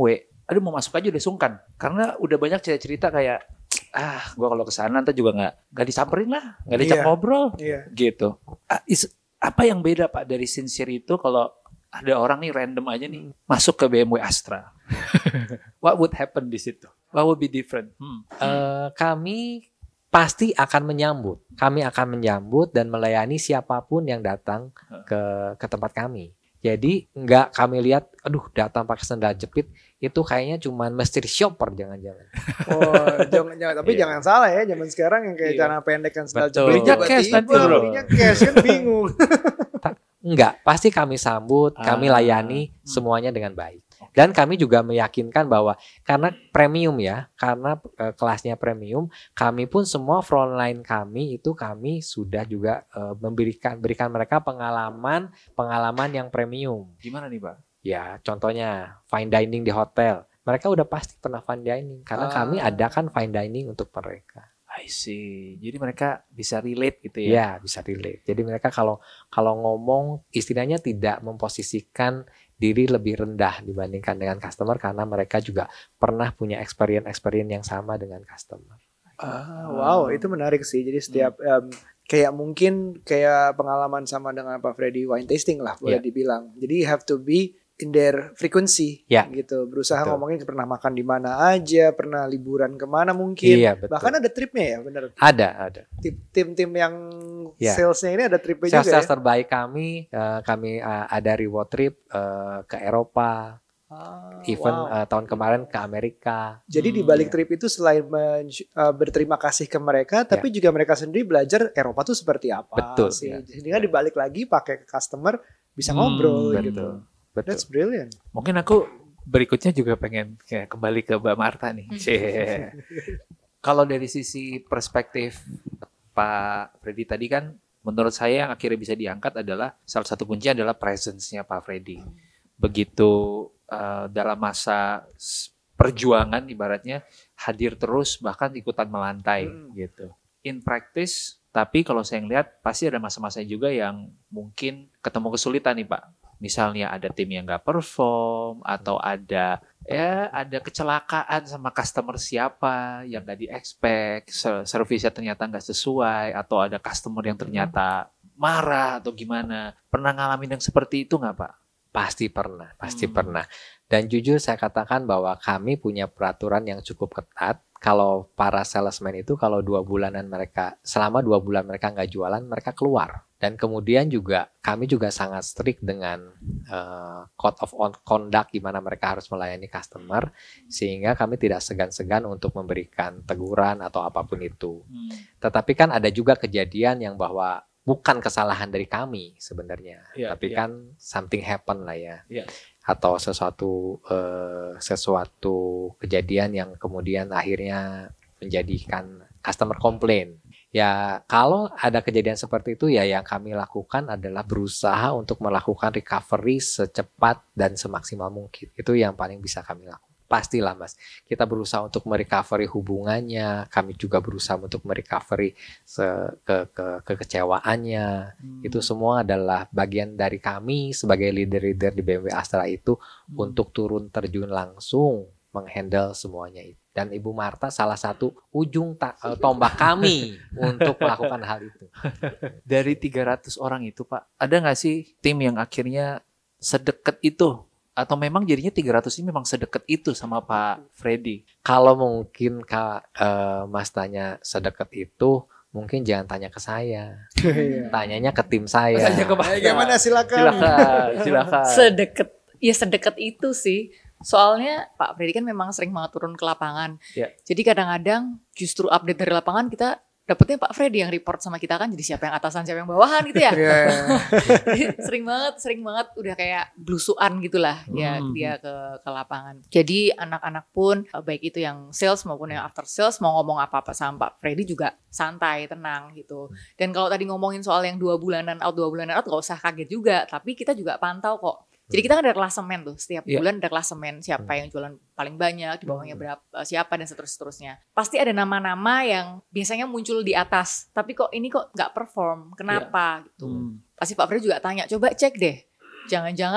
aduh mau masuk aja udah sungkan. Karena udah banyak cerita-cerita kayak, ah gue kalau kesana ntar juga nggak nggak disamperin lah, nggak diajak Iya. ngobrol, Iya. gitu. Ah, is- apa yang beda Pak dari sincere itu kalau ada orang nih random aja nih masuk ke B M W Astra? What would happen di situ? What would be different? Hmm. Eh, kami pasti akan menyambut. Kami akan menyambut dan melayani siapapun yang datang ke ke tempat kami. Jadi nggak kami lihat, aduh datang pakai sandal jepit itu kayaknya cuman mystery shopper jangan-jangan. Oh, jangan, jangan, tapi Iya. jangan salah ya, zaman sekarang yang kayak Iya. celana pendek kan sandal Betul. jepit Belinya tiba-tiba cash nanti, bro. belinya cash kan bingung. Enggak, pasti kami sambut, kami Ah. layani semuanya dengan baik. Dan kami juga meyakinkan bahwa karena premium ya, karena eh, kelasnya premium, kami pun semua frontline kami itu kami sudah juga eh, memberikan berikan mereka pengalaman pengalaman yang premium. Gimana nih Pak? Ya, contohnya fine dining di hotel. Mereka udah pasti pernah fine dining karena Ah. kami adakan fine dining untuk mereka. I see. Jadi mereka bisa relate gitu ya? Ya, bisa relate. Jadi mereka kalau kalau ngomong istilahnya tidak memposisikan diri lebih rendah dibandingkan dengan customer karena mereka juga pernah punya experience-experience yang sama dengan customer. Ah, wow, itu menarik sih. Jadi setiap em, kayak mungkin kayak pengalaman sama dengan Pak Freddy wine tasting lah boleh Iya. dibilang. Jadi you have to be in their frequency Ya. gitu. Berusaha Betul. ngomongin pernah makan di mana aja, pernah liburan kemana mungkin. Iya, betul. Bahkan ada tripnya ya, benar. Ada, ada. Tim- Tim-tim yang Ya. salesnya ini ada tripnya juga ya. Sales terbaik kami, eh, kami eh, ada reward trip eh, ke Eropa, Ah, even wow. eh, tahun kemarin ke Amerika. Jadi di Hmm, balik iya. trip itu selain men- uh, berterima kasih ke mereka, tapi juga mereka sendiri belajar Eropa tuh seperti apa Betul, sih. ya. Sehingga dibalik lagi pakai ke customer bisa Hmm, ngobrol betul. gitu. Betul. That's brilliant. Mungkin aku berikutnya juga pengen kayak kembali ke Mbak Marta nih. Cie. Kalau dari sisi perspektif Pak Freddy tadi kan, menurut saya yang akhirnya bisa diangkat adalah salah satu kunci adalah presence-nya Pak Freddy. Begitu uh, dalam masa s- perjuangan ibaratnya hadir terus bahkan ikutan melantai Hmm. gitu. In practice, tapi kalau saya ngeliat pasti ada masa-masa juga yang mungkin ketemu kesulitan nih Pak. Misalnya ada tim yang nggak perform atau ada ya ada kecelakaan sama customer siapa yang nggak di-expect, ser- servisnya ternyata nggak sesuai atau ada customer yang ternyata marah atau gimana. Pernah ngalamin yang seperti itu nggak Pak? Pasti pernah, pasti Hmm. pernah. Dan jujur saya katakan bahwa kami punya peraturan yang cukup ketat. Kalau para salesman itu kalau dua bulanan mereka, selama dua bulan mereka nggak jualan, mereka keluar. Dan kemudian juga kami juga sangat strict dengan eh, code of on- conduct di mana mereka harus melayani customer, sehingga kami tidak segan-segan untuk memberikan teguran atau apapun itu. Tetapi kan ada juga kejadian yang bahwa bukan kesalahan dari kami sebenarnya, Iya, tapi iya. kan something happen lah ya, Iya. atau sesuatu eh, sesuatu kejadian yang kemudian akhirnya menjadikan customer complain. Ya kalau ada kejadian seperti itu ya yang kami lakukan adalah berusaha untuk melakukan recovery secepat dan semaksimal mungkin. Itu yang paling bisa kami lakukan. Pastilah Mas, kita berusaha untuk merecovery hubungannya, kami juga berusaha untuk merecovery se- ke, ke kekecewaannya. Itu semua adalah bagian dari kami sebagai leader-leader di B M W Astra itu untuk turun terjun langsung menghandle semuanya itu. Dan Ibu Marta salah satu ujung ta- eh, tombak kami untuk melakukan hal itu. Dari tiga ratus orang itu Pak, ada nggak sih tim yang akhirnya sedekat itu? Atau memang jadinya tiga ratus ini memang sedekat itu sama Pak Freddy? Kalau mungkin Kak eh, Mas tanya sedekat itu, mungkin jangan tanya ke saya. Iya. Tanyanya ke tim saya. Tanya ke Pak. Bagaimana silakan. Silakan, silakan. Sedekat, ya sedekat itu sih. Soalnya Pak Freddy kan memang sering banget turun ke lapangan. Ya. Jadi kadang-kadang justru update dari lapangan kita dapetnya Pak Freddy yang report sama kita kan. Jadi siapa yang atasan, siapa yang bawahan gitu ya. Iya, iya. Jadi sering banget, sering banget udah kayak blusuan gitulah ya Hmm. dia ke ke lapangan. Jadi anak-anak pun eh, baik itu yang sales maupun yang after sales mau ngomong apa-apa sama Pak Freddy juga santai, tenang gitu. Dan kalau tadi ngomongin soal yang dua bulanan out, dua bulanan out gak usah kaget juga. Tapi kita juga pantau kok. Jadi kita kan ada klasemen tuh, setiap Iya. bulan ada klasemen siapa yang jualan paling banyak, di bawahnya berapa, siapa dan seterusnya. Pasti ada nama-nama yang biasanya muncul di atas, tapi kok ini kok nggak perform, kenapa gitu. Hmm. Pasti Pak Freddy juga tanya, coba cek deh, jangan-jangan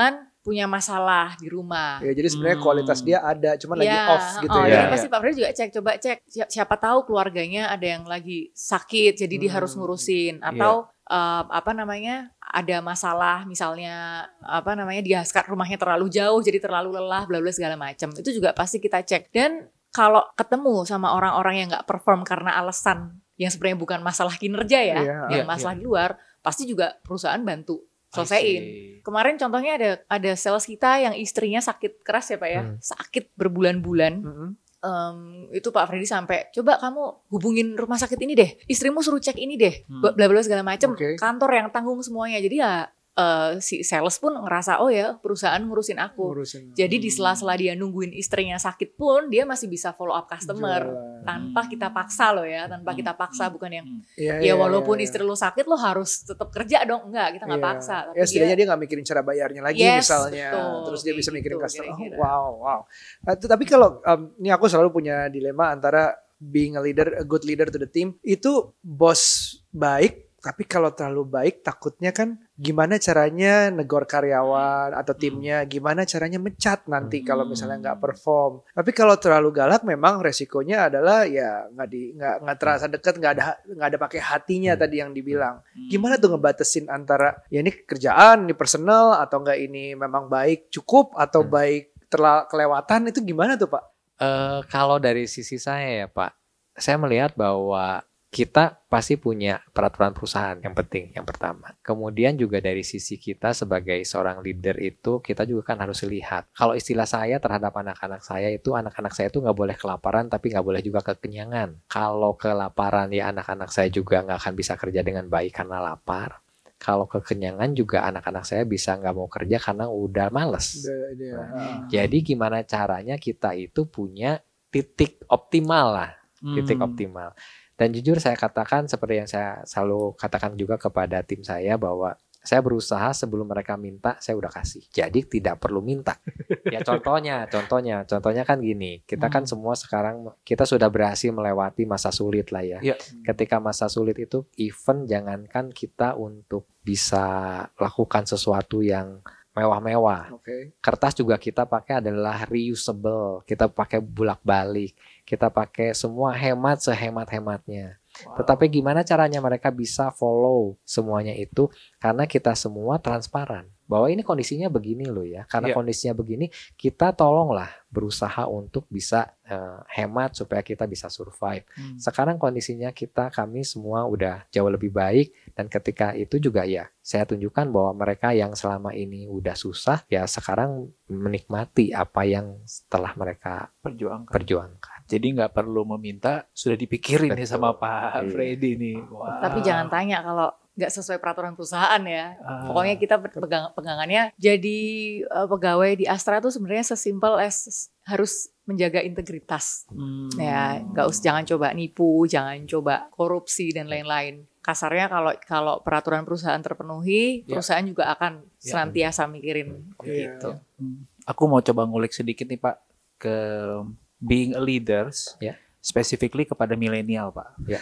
punya masalah di rumah. Ya, jadi sebenarnya Hmm. kualitas dia ada, cuman lagi Ya, off gitu oh, ya. jadi Ya. pasti Pak Freddy juga cek, coba cek si- siapa tahu keluarganya ada yang lagi sakit, jadi dia Hmm. harus ngurusin, atau eh, apa namanya ada masalah, misalnya apa namanya dia sekat rumahnya terlalu jauh, jadi terlalu lelah, bla bla segala macam. Itu juga pasti kita cek. Dan kalau ketemu sama orang-orang yang nggak perform karena alasan yang sebenarnya bukan masalah kinerja ya, Iya. yang Iya, masalah di luar, pasti juga perusahaan bantu I selesaiin. see. Kemarin contohnya ada ada sales kita yang istrinya sakit keras ya Pak ya, Hmm. sakit berbulan-bulan. Mm-mm. Em, itu Pak Freddy sampai coba kamu hubungin rumah sakit ini deh, istrimu suruh cek ini deh, Hmm. bla bla segala macam. Oke. Kantor yang tanggung semuanya. Jadi ya eh, si sales pun ngerasa oh ya perusahaan ngurusin aku. Ngurusin. Jadi di sela-sela dia nungguin istrinya sakit pun dia masih bisa follow up customer Jualan. tanpa kita paksa loh ya, tanpa Hmm. kita paksa, bukan yang Iya, ya iya, walaupun iya, iya. istri lo sakit lo harus tetap kerja dong, enggak, kita nggak Iya. paksa. Tapi Ya setidaknya dia, dia nggak mikirin cara bayarnya lagi Yes, misalnya. betul. Terus dia bisa Kayak mikirin gitu, customer. Oh, kira-kira. wow, wow. Nah, t- tapi kalau um, ini aku selalu punya dilema antara being a leader, a good leader to the team. Itu bos baik, tapi kalau terlalu baik takutnya kan gimana caranya negor karyawan atau timnya, gimana caranya mecat nanti kalau misalnya nggak perform. Tapi kalau terlalu galak memang resikonya adalah ya nggak di nggak nggak terasa dekat, nggak ada nggak ada pakai hatinya tadi yang dibilang. Gimana tuh ngebatasin antara ya ini kerjaan, ini personal, atau enggak ini memang baik cukup atau Hmm. baik terla kelewatan, itu gimana tuh Pak? Eh, kalau dari sisi saya ya Pak, saya melihat bahwa kita pasti punya peraturan perusahaan yang penting, yang pertama. Kemudian juga dari sisi kita sebagai seorang leader itu, kita juga kan harus lihat. Kalau istilah saya terhadap anak-anak saya itu, anak-anak saya itu nggak boleh kelaparan, tapi nggak boleh juga kekenyangan. Kalau kelaparan ya anak-anak saya juga nggak akan bisa kerja dengan baik karena lapar. Kalau kekenyangan juga anak-anak saya bisa nggak mau kerja karena udah males. Udah, dia, ah. Jadi gimana caranya kita itu punya titik optimal lah, titik Hmm. optimal. Dan jujur saya katakan seperti yang saya selalu katakan juga kepada tim saya bahwa saya berusaha sebelum mereka minta saya udah kasih. Jadi tidak perlu minta. Ya contohnya, contohnya, contohnya kan gini. Kita kan Hmm. semua sekarang kita sudah berhasil melewati masa sulit lah ya. Iya. Ketika masa sulit itu, even jangankan kita untuk bisa lakukan sesuatu yang mewah-mewah. Oke. Kertas juga kita pakai adalah reusable. Kita pakai bolak-balik. Kita pakai semua hemat sehemat-hematnya. Wow. Tetapi gimana caranya mereka bisa follow semuanya itu? Karena kita semua transparan. Bahwa ini kondisinya begini loh ya. Karena Iya. kondisinya begini, kita tolonglah berusaha untuk bisa eh, hemat supaya kita bisa survive. Hmm. Sekarang kondisinya kita, kami semua udah jauh lebih baik. Dan ketika itu juga ya, saya tunjukkan bahwa mereka yang selama ini udah susah, ya sekarang menikmati apa yang setelah mereka Perjuangkan. perjuangkan. Jadi nggak perlu meminta, sudah dipikirin nih Betul. sama Pak Iya. Freddy nih. Wah. tapi jangan tanya kalau nggak sesuai peraturan perusahaan ya. Ah. Pokoknya kita pegang, pegangannya jadi eh, pegawai di Astra tuh sebenarnya sesimpel as harus menjaga integritas. Hmm. Ya, nggak usah, jangan coba nipu, jangan coba korupsi dan lain-lain. Kasarnya kalau kalau peraturan perusahaan terpenuhi, Ya. perusahaan juga akan Ya. senantiasa mikirin Iya, gitu. Hmm. Aku mau coba ngulik sedikit nih Pak ke being a leaders, Ya. specifically kepada milenial Pak. Ya.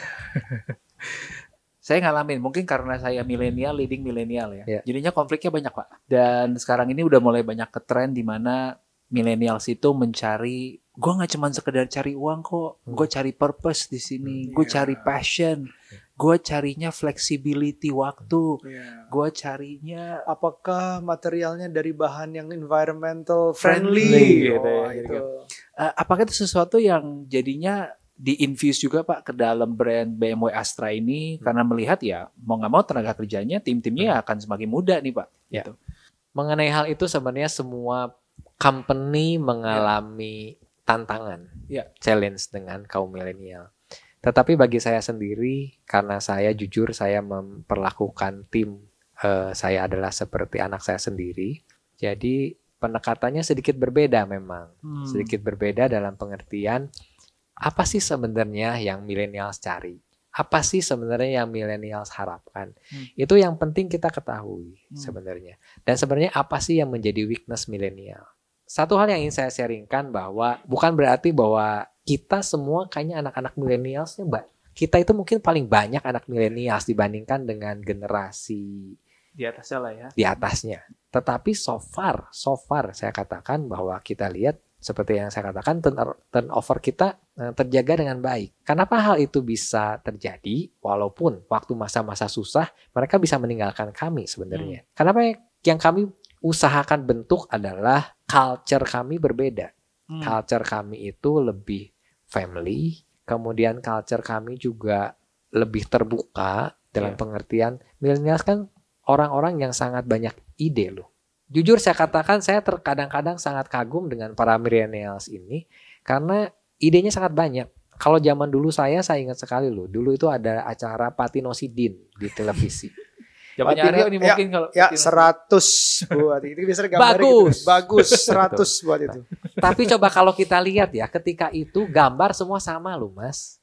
Saya ngalamin, mungkin karena saya milenial, leading milenial ya. Ya. Jadinya konfliknya banyak Pak. Dan sekarang ini udah mulai banyak ke tren di mana millennials itu mencari, gue nggak cuma sekedar cari uang kok, gue cari purpose di sini, gue Iya. cari passion, gue carinya flexibility waktu, Iya. gue carinya Apakah materialnya dari bahan yang environmental Friendly, friendly? gitu ya, Oh, gitu. itu. Eh, apakah itu sesuatu yang jadinya di-infuse juga Pak ke dalam brand B M W Astra ini karena melihat ya mau nggak mau tenaga kerjanya tim-timnya akan semakin muda nih Pak. Ya. Gitu. Mengenai hal itu sebenarnya semua company mengalami tantangan, Ya. challenge dengan kaum milenial. Tetapi bagi saya sendiri, karena saya jujur saya memperlakukan tim eh, saya adalah seperti anak saya sendiri. Jadi pendekatannya sedikit berbeda memang, Hmm. sedikit berbeda dalam pengertian apa sih sebenarnya yang milenials cari? Apa sih sebenarnya yang milenials harapkan? Hmm. Itu yang penting kita ketahui Hmm. sebenarnya. Dan sebenarnya apa sih yang menjadi weakness milenial? Satu hal yang ingin saya sharingkan bahwa bukan berarti bahwa kita semua kayaknya anak-anak milenialsnya, Mbak. Kita itu mungkin paling banyak anak milenials dibandingkan dengan generasi Di atasnya lah ya. di atasnya. Tetapi so far, so far saya katakan bahwa kita lihat seperti yang saya katakan turn- turnover kita eh, terjaga dengan baik. Kenapa hal itu bisa terjadi walaupun waktu masa-masa susah mereka bisa meninggalkan kami sebenarnya. Kenapa yang kami usahakan bentuk adalah culture kami berbeda. Hmm. Culture kami itu lebih family, kemudian culture kami juga lebih terbuka dalam Yeah. pengertian millennials kan orang-orang yang sangat banyak ide loh. Jujur saya katakan saya terkadang-kadang sangat kagum dengan para millennials ini karena idenya sangat banyak. Kalau zaman dulu saya, saya ingat sekali loh. Dulu itu ada acara Patinosidin di televisi. Zamannya Aryo ini mungkin kalau Ya seratus buat itu biasanya gambarnya Bagus. gitu. Bagus seratus buat itu. Tapi coba kalau kita lihat ya, ketika itu gambar semua sama loh mas.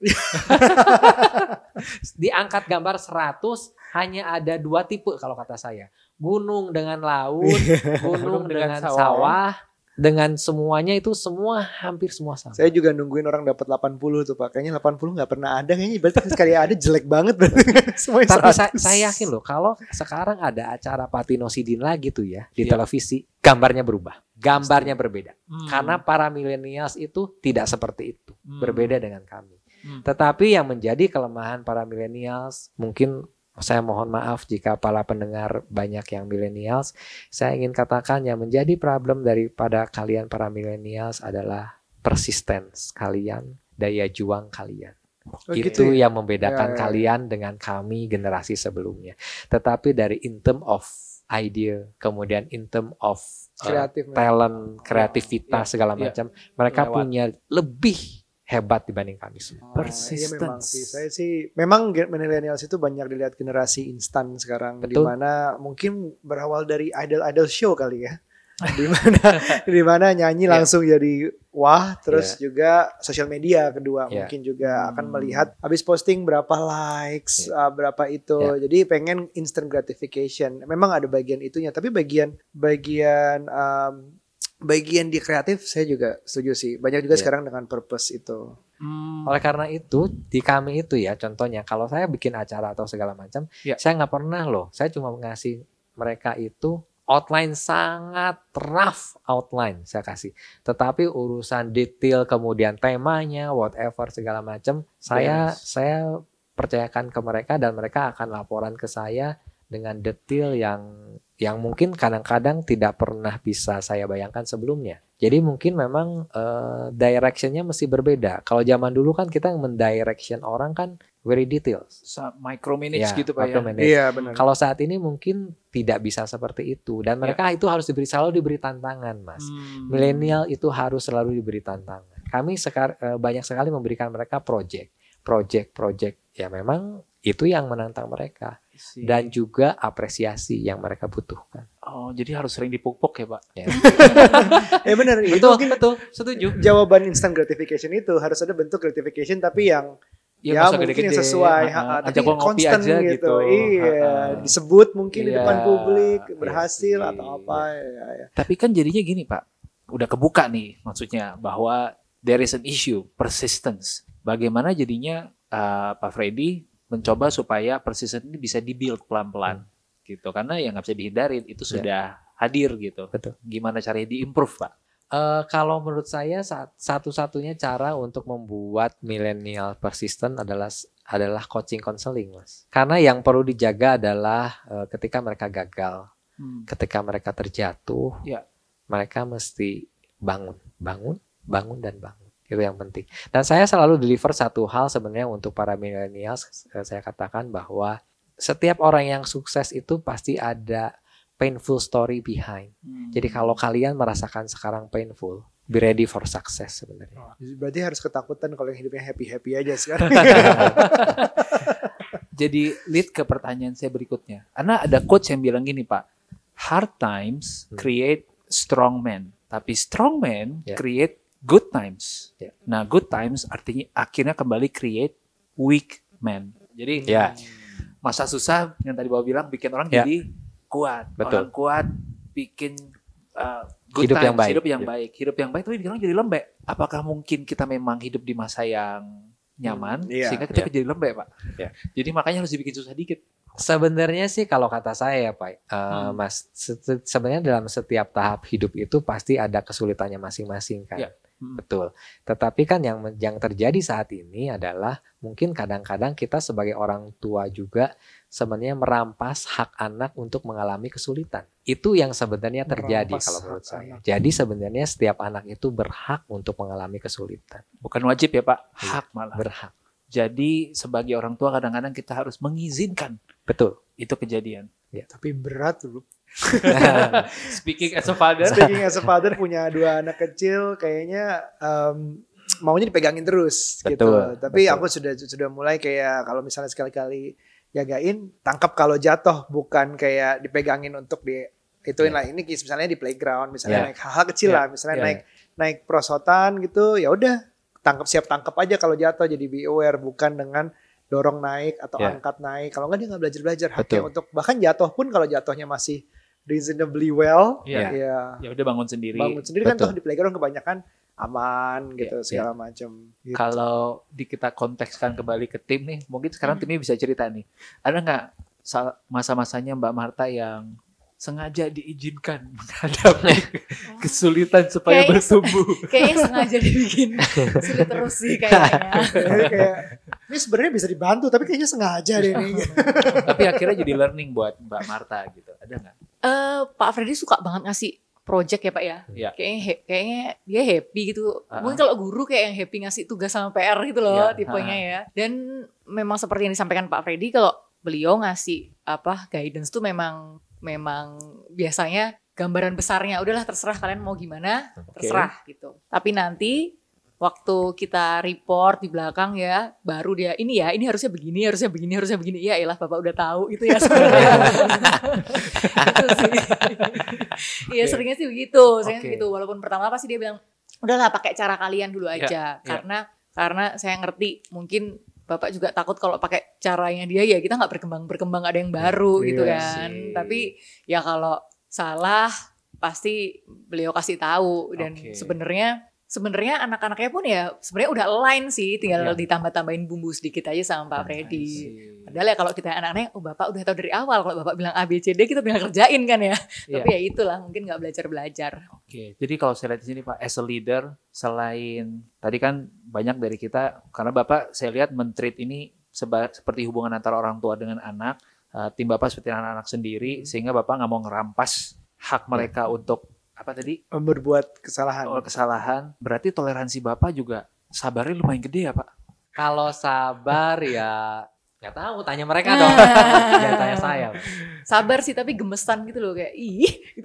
Diangkat gambar seratus hanya ada dua tipe kalau kata saya. Gunung dengan laut, gunung dengan dengan sawah, dengan semuanya itu semua hampir semua sama. Saya juga nungguin orang dapat delapan puluh tuh Pak. Kayaknya delapan puluh nggak pernah ada kayaknya. Berarti sekali ada jelek banget berarti. Semuanya Tapi saya, seratus. saya yakin loh kalau sekarang ada acara Patinosidin lagi tuh ya di Iya. televisi, gambarnya berubah. Gambarnya berbeda. Hmm. Karena para millennials itu tidak seperti itu. Hmm. Berbeda dengan kami. Hmm. Tetapi yang menjadi kelemahan para millennials, mungkin saya mohon maaf jika para pendengar banyak yang millennials, saya ingin katakan yang menjadi problem daripada kalian para millennials adalah persistence kalian, daya juang kalian. Oh, Itu gitu ya? yang membedakan Ya, ya, ya. kalian dengan kami generasi sebelumnya. Tetapi dari in term of idea, kemudian in term of uh, Kreatif. talent, kreativitas Iya, segala iya. macam, mereka Lewat. punya lebih hebat dibanding kami semua. Oh, Persistence. iya memang sih. Saya sih memang gen- millennials itu banyak dilihat generasi instan sekarang di Betul. mana mungkin berawal dari idol-idol show kali ya. Di mana di mana nyanyi Iya. langsung jadi wah, terus juga sosial media kedua Iya. mungkin juga akan Hmm. melihat habis posting berapa likes, Iya. uh, berapa itu. Iya. Jadi pengen instant gratification. Memang ada bagian itunya, tapi bagian bagian um, bagian di kreatif saya juga setuju sih. Banyak juga Iya. sekarang dengan purpose itu. Hmm. Oleh karena itu, di kami itu ya, contohnya kalau saya bikin acara atau segala macam, Ya. saya nggak pernah loh. Saya cuma ngasih mereka itu outline sangat rough outline saya kasih. Tetapi urusan detail kemudian temanya, whatever segala macam, saya Beres. saya percayakan ke mereka dan mereka akan laporan ke saya dengan detail yang yang mungkin kadang-kadang tidak pernah bisa saya bayangkan sebelumnya. Jadi mungkin memang eh, directionnya mesti berbeda. Kalau zaman dulu kan kita yang mendirection orang kan very details. Sa- micromanage Ya, gitu Pak ya. micromanage. Iya benar. Kalau saat ini mungkin tidak bisa seperti itu dan mereka itu harus diberi selalu diberi tantangan, Mas. Hmm. Milenial itu harus selalu diberi tantangan. Kami sekar, eh, banyak sekali memberikan mereka project, project, project. Ya memang itu yang menantang mereka Si- dan juga apresiasi yang mereka butuhkan. Oh, jadi harus sering dipupuk ya Pak. Ya. Eh benar itu Betul, mungkin betul, setuju. jawaban instant gratification itu harus ada bentuk gratification tapi yang Ya, ya, nggak usah mungkin gede-gede. yang sesuai, Ah, ha, ah, tapi ajak gua ngopi constant aja gitu. Iya, Ah, ah. disebut mungkin di Iya, depan publik iya berhasil sih. atau apa ya, ya. Tapi kan jadinya gini Pak, udah kebuka nih maksudnya bahwa there is an issue, persistence. Bagaimana jadinya uh, Pak Freddy mencoba supaya persistence ini bisa dibuild pelan-pelan gitu. Karena yang nggak bisa dihindarin itu sudah hadir gitu. Betul. Gimana caranya diimprove Pak? Eh, kalau menurut saya saat- satu-satunya cara untuk membuat milenial persisten adalah adalah coaching counseling, Mas. Karena yang perlu dijaga adalah eh, ketika mereka gagal, Hmm. ketika mereka terjatuh, Ya. mereka mesti bangun, bangun, bangun dan bangun. Itu yang penting. Dan saya selalu deliver satu hal sebenarnya untuk para millennials. eh, Saya katakan bahwa setiap orang yang sukses itu pasti ada painful story behind. Hmm. Jadi kalau kalian merasakan sekarang painful, be ready for success sebenarnya. Berarti harus ketakutan kalau yang hidupnya happy-happy aja sekarang. Jadi lead ke pertanyaan saya berikutnya. Karena ada quotes yang bilang gini Pak, hard times Hmm. create strong men, tapi strong men Ya. create good times. Ya. Nah good times artinya akhirnya kembali create weak men. Jadi Ya. masa susah yang tadi Bapak bilang bikin orang Ya. jadi kuat. Betul. Orang kuat bikin uh, good Hidup times, yang baik. hidup yang Ya. baik, hidup yang baik tapi bikin orang jadi lembek. Apakah mungkin kita memang hidup di masa yang nyaman Hmm, iya. sehingga kita jadi lembek Pak? Ya. Jadi makanya harus dibikin susah dikit. Sebenarnya sih kalau kata saya ya Pak, eh, Hmm. Mas, se- se- sebenarnya dalam setiap tahap hidup itu pasti ada kesulitannya masing-masing kan. Ya. Hmm. Betul. Tetapi kan yang yang terjadi saat ini adalah mungkin kadang-kadang kita sebagai orang tua juga sebenarnya merampas hak anak untuk mengalami kesulitan. Itu yang sebenarnya terjadi Merampas kalau menurut hak saya. anak. Jadi sebenarnya setiap anak itu berhak untuk mengalami kesulitan. Bukan wajib ya Pak, Iya. hak malah. Berhak. Jadi sebagai orang tua kadang-kadang kita harus mengizinkan Betul. itu kejadian. Tapi berat dulu. Speaking as a father. Speaking as a father punya dua anak kecil, kayaknya em, maunya dipegangin terus gitu. Betul, Tapi betul. aku sudah sudah mulai kayak kalau misalnya sekali-kali jagain, tangkap kalau jatuh, bukan kayak dipegangin untuk di ituin Iya. lah. Ini misalnya di playground, misalnya Iya. naik hal-hal kecil Iya. lah, misalnya Iya. naik naik perosotan gitu, ya udah tangkap siap tangkap aja kalau jatuh, jadi be aware, bukan dengan dorong naik atau Iya. angkat naik. Kalau enggak dia nggak belajar-belajar. Haknya Betul. untuk bahkan jatuh pun kalau jatuhnya masih reasonably well, Iya. ya Ya udah bangun sendiri. bangun sendiri kan Betul. toh di playground kebanyakan aman gitu Iya, segala macam. Gitu. Kalau di kita kontekskan kembali ke tim nih, mungkin sekarang timnya bisa cerita nih. Ada nggak sal- masa-masanya Mbak Marta yang sengaja diizinkan menghadapi kesulitan supaya Kayaknya se- bertumbuh? Kayaknya sengaja dibikin sulit terus sih kayaknya. Jadi kayak ini sebenarnya bisa dibantu tapi kayaknya sengaja deh ini. Tapi akhirnya jadi learning buat Mbak Marta gitu. Ada nggak? Eh, Pak Freddy suka banget ngasih project ya Pak ya. Iya. Kayaknya he- kayaknya dia happy gitu. Ah. Mungkin kalau guru kayak yang happy ngasih tugas sama P R gitu loh Iya. tipenya ya. Dan memang seperti yang disampaikan Pak Freddy, kalau beliau ngasih apa guidance tuh memang memang biasanya gambaran besarnya udahlah terserah kalian mau gimana, terserah gitu. Tapi nanti waktu kita report di belakang ya, baru dia ini ya, ini harusnya begini, harusnya begini, harusnya begini. Iya, elah Bapak udah tahu itu ya sebenarnya. Itu sih. Iya, Oke. seringnya sih begitu, seringnya Oke. gitu. Walaupun pertama pasti dia bilang, udahlah pakai cara kalian dulu Ya, aja, ya. karena karena saya ngerti mungkin Bapak juga takut kalau pakai caranya dia ya kita nggak berkembang berkembang ada yang baru gitu Iya kan. sih. Tapi ya kalau salah pasti beliau kasih tahu dan Oke. sebenarnya sebenarnya anak-anaknya pun ya sebenarnya udah align sih, tinggal Ya. ditambah-tambahin bumbu sedikit aja sama Pak Freddy. I see. Padahal ya kalau kita anak-anaknya, oh Bapak udah tahu dari awal, kalau Bapak bilang A B C D kita tinggal kerjain kan ya. Iya. Tapi ya itulah mungkin nggak belajar-belajar. Oke, jadi kalau saya lihat di sini Pak, as a leader, selain tadi kan banyak dari kita, karena Bapak saya lihat men-treat ini seba- seperti hubungan antara orang tua dengan anak, eh, tim Bapak seperti anak-anak sendiri, sehingga Bapak nggak mau ngerampas hak mereka untuk apa tadi Berbuat kesalahan. oh, kesalahan. Berarti toleransi Bapak juga sabarnya lumayan gede ya Pak? Kalau sabar ya nggak tahu, tanya mereka Nah. dong. Jangan tanya saya. Sabar sih tapi gemesan gitu loh kayak ih gitu.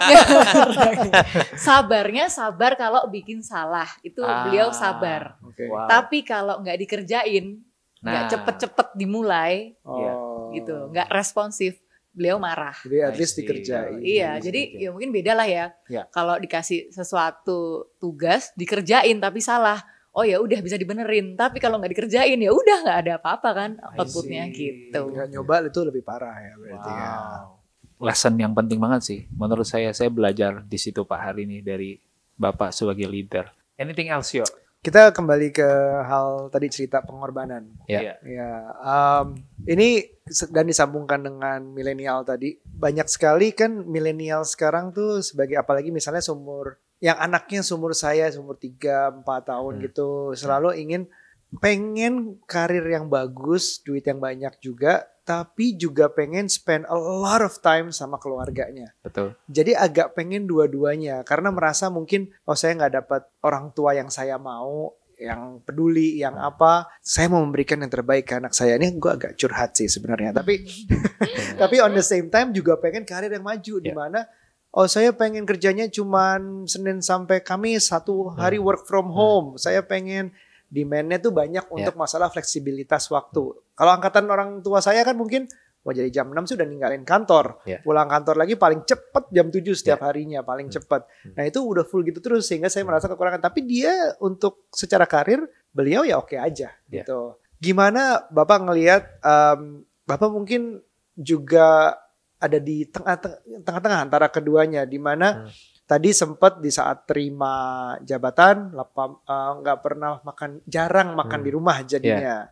Sabarnya sabar kalau bikin salah itu Ah. beliau sabar. Oke. Wow. Tapi kalau nggak dikerjain, nggak Nah. cepet-cepet dimulai Oh. gitu, nggak responsif, beliau marah. Jadi at I least see. dikerjain. Iya, Bisa jadi dikerjain. ya mungkin beda lah ya. Ya. Kalau dikasih sesuatu tugas dikerjain tapi salah, oh ya udah bisa dibenerin. Tapi kalau nggak dikerjain ya udah nggak ada apa-apa kan I outputnya see. gitu. Nggak nyoba itu lebih parah ya berarti ya. Wow. Lesson yang penting banget sih. Menurut saya, saya belajar di situ Pak hari ini dari Bapak sebagai leader. Anything else, yo? Kita kembali ke hal tadi cerita pengorbanan. Ya. Iya. Ya, um, ini se- dan disambungkan dengan milenial tadi. Banyak sekali kan milenial sekarang tuh sebagai apalagi misalnya seumur yang anaknya seumur saya seumur tiga empat tahun Hmm. gitu selalu ingin pengen karir yang bagus, duit yang banyak juga, tapi juga pengen spend a lot of time sama keluarganya. Betul. Jadi agak pengen dua-duanya karena merasa mungkin oh saya nggak dapat orang tua yang saya mau, yang peduli, yang apa. Saya mau memberikan yang terbaik ke anak saya. Ini gue agak curhat sih sebenarnya. Tapi tapi on the same time juga pengen karir yang maju di mana oh saya pengen kerjanya cuman Senin sampai Kamis satu hari work from home. Saya pengen demand-nya tuh banyak untuk masalah fleksibilitas waktu. Kalau angkatan orang tua saya kan mungkin wah jadi jam enam sudah ninggalin kantor. Ya. Pulang kantor lagi paling cepat jam tujuh setiap Ya. harinya, paling Hmm. cepat. Nah, itu udah full gitu terus sehingga saya merasa kekurangan. Tapi dia untuk secara karir beliau ya oke aja Ya. gitu. Gimana Bapak ngelihat um, Bapak mungkin juga ada di tengah-tengah tengah-tengah antara keduanya di mana Hmm. tadi sempat di saat terima jabatan lapam- eh, nggak pernah makan jarang makan Hmm. di rumah jadinya.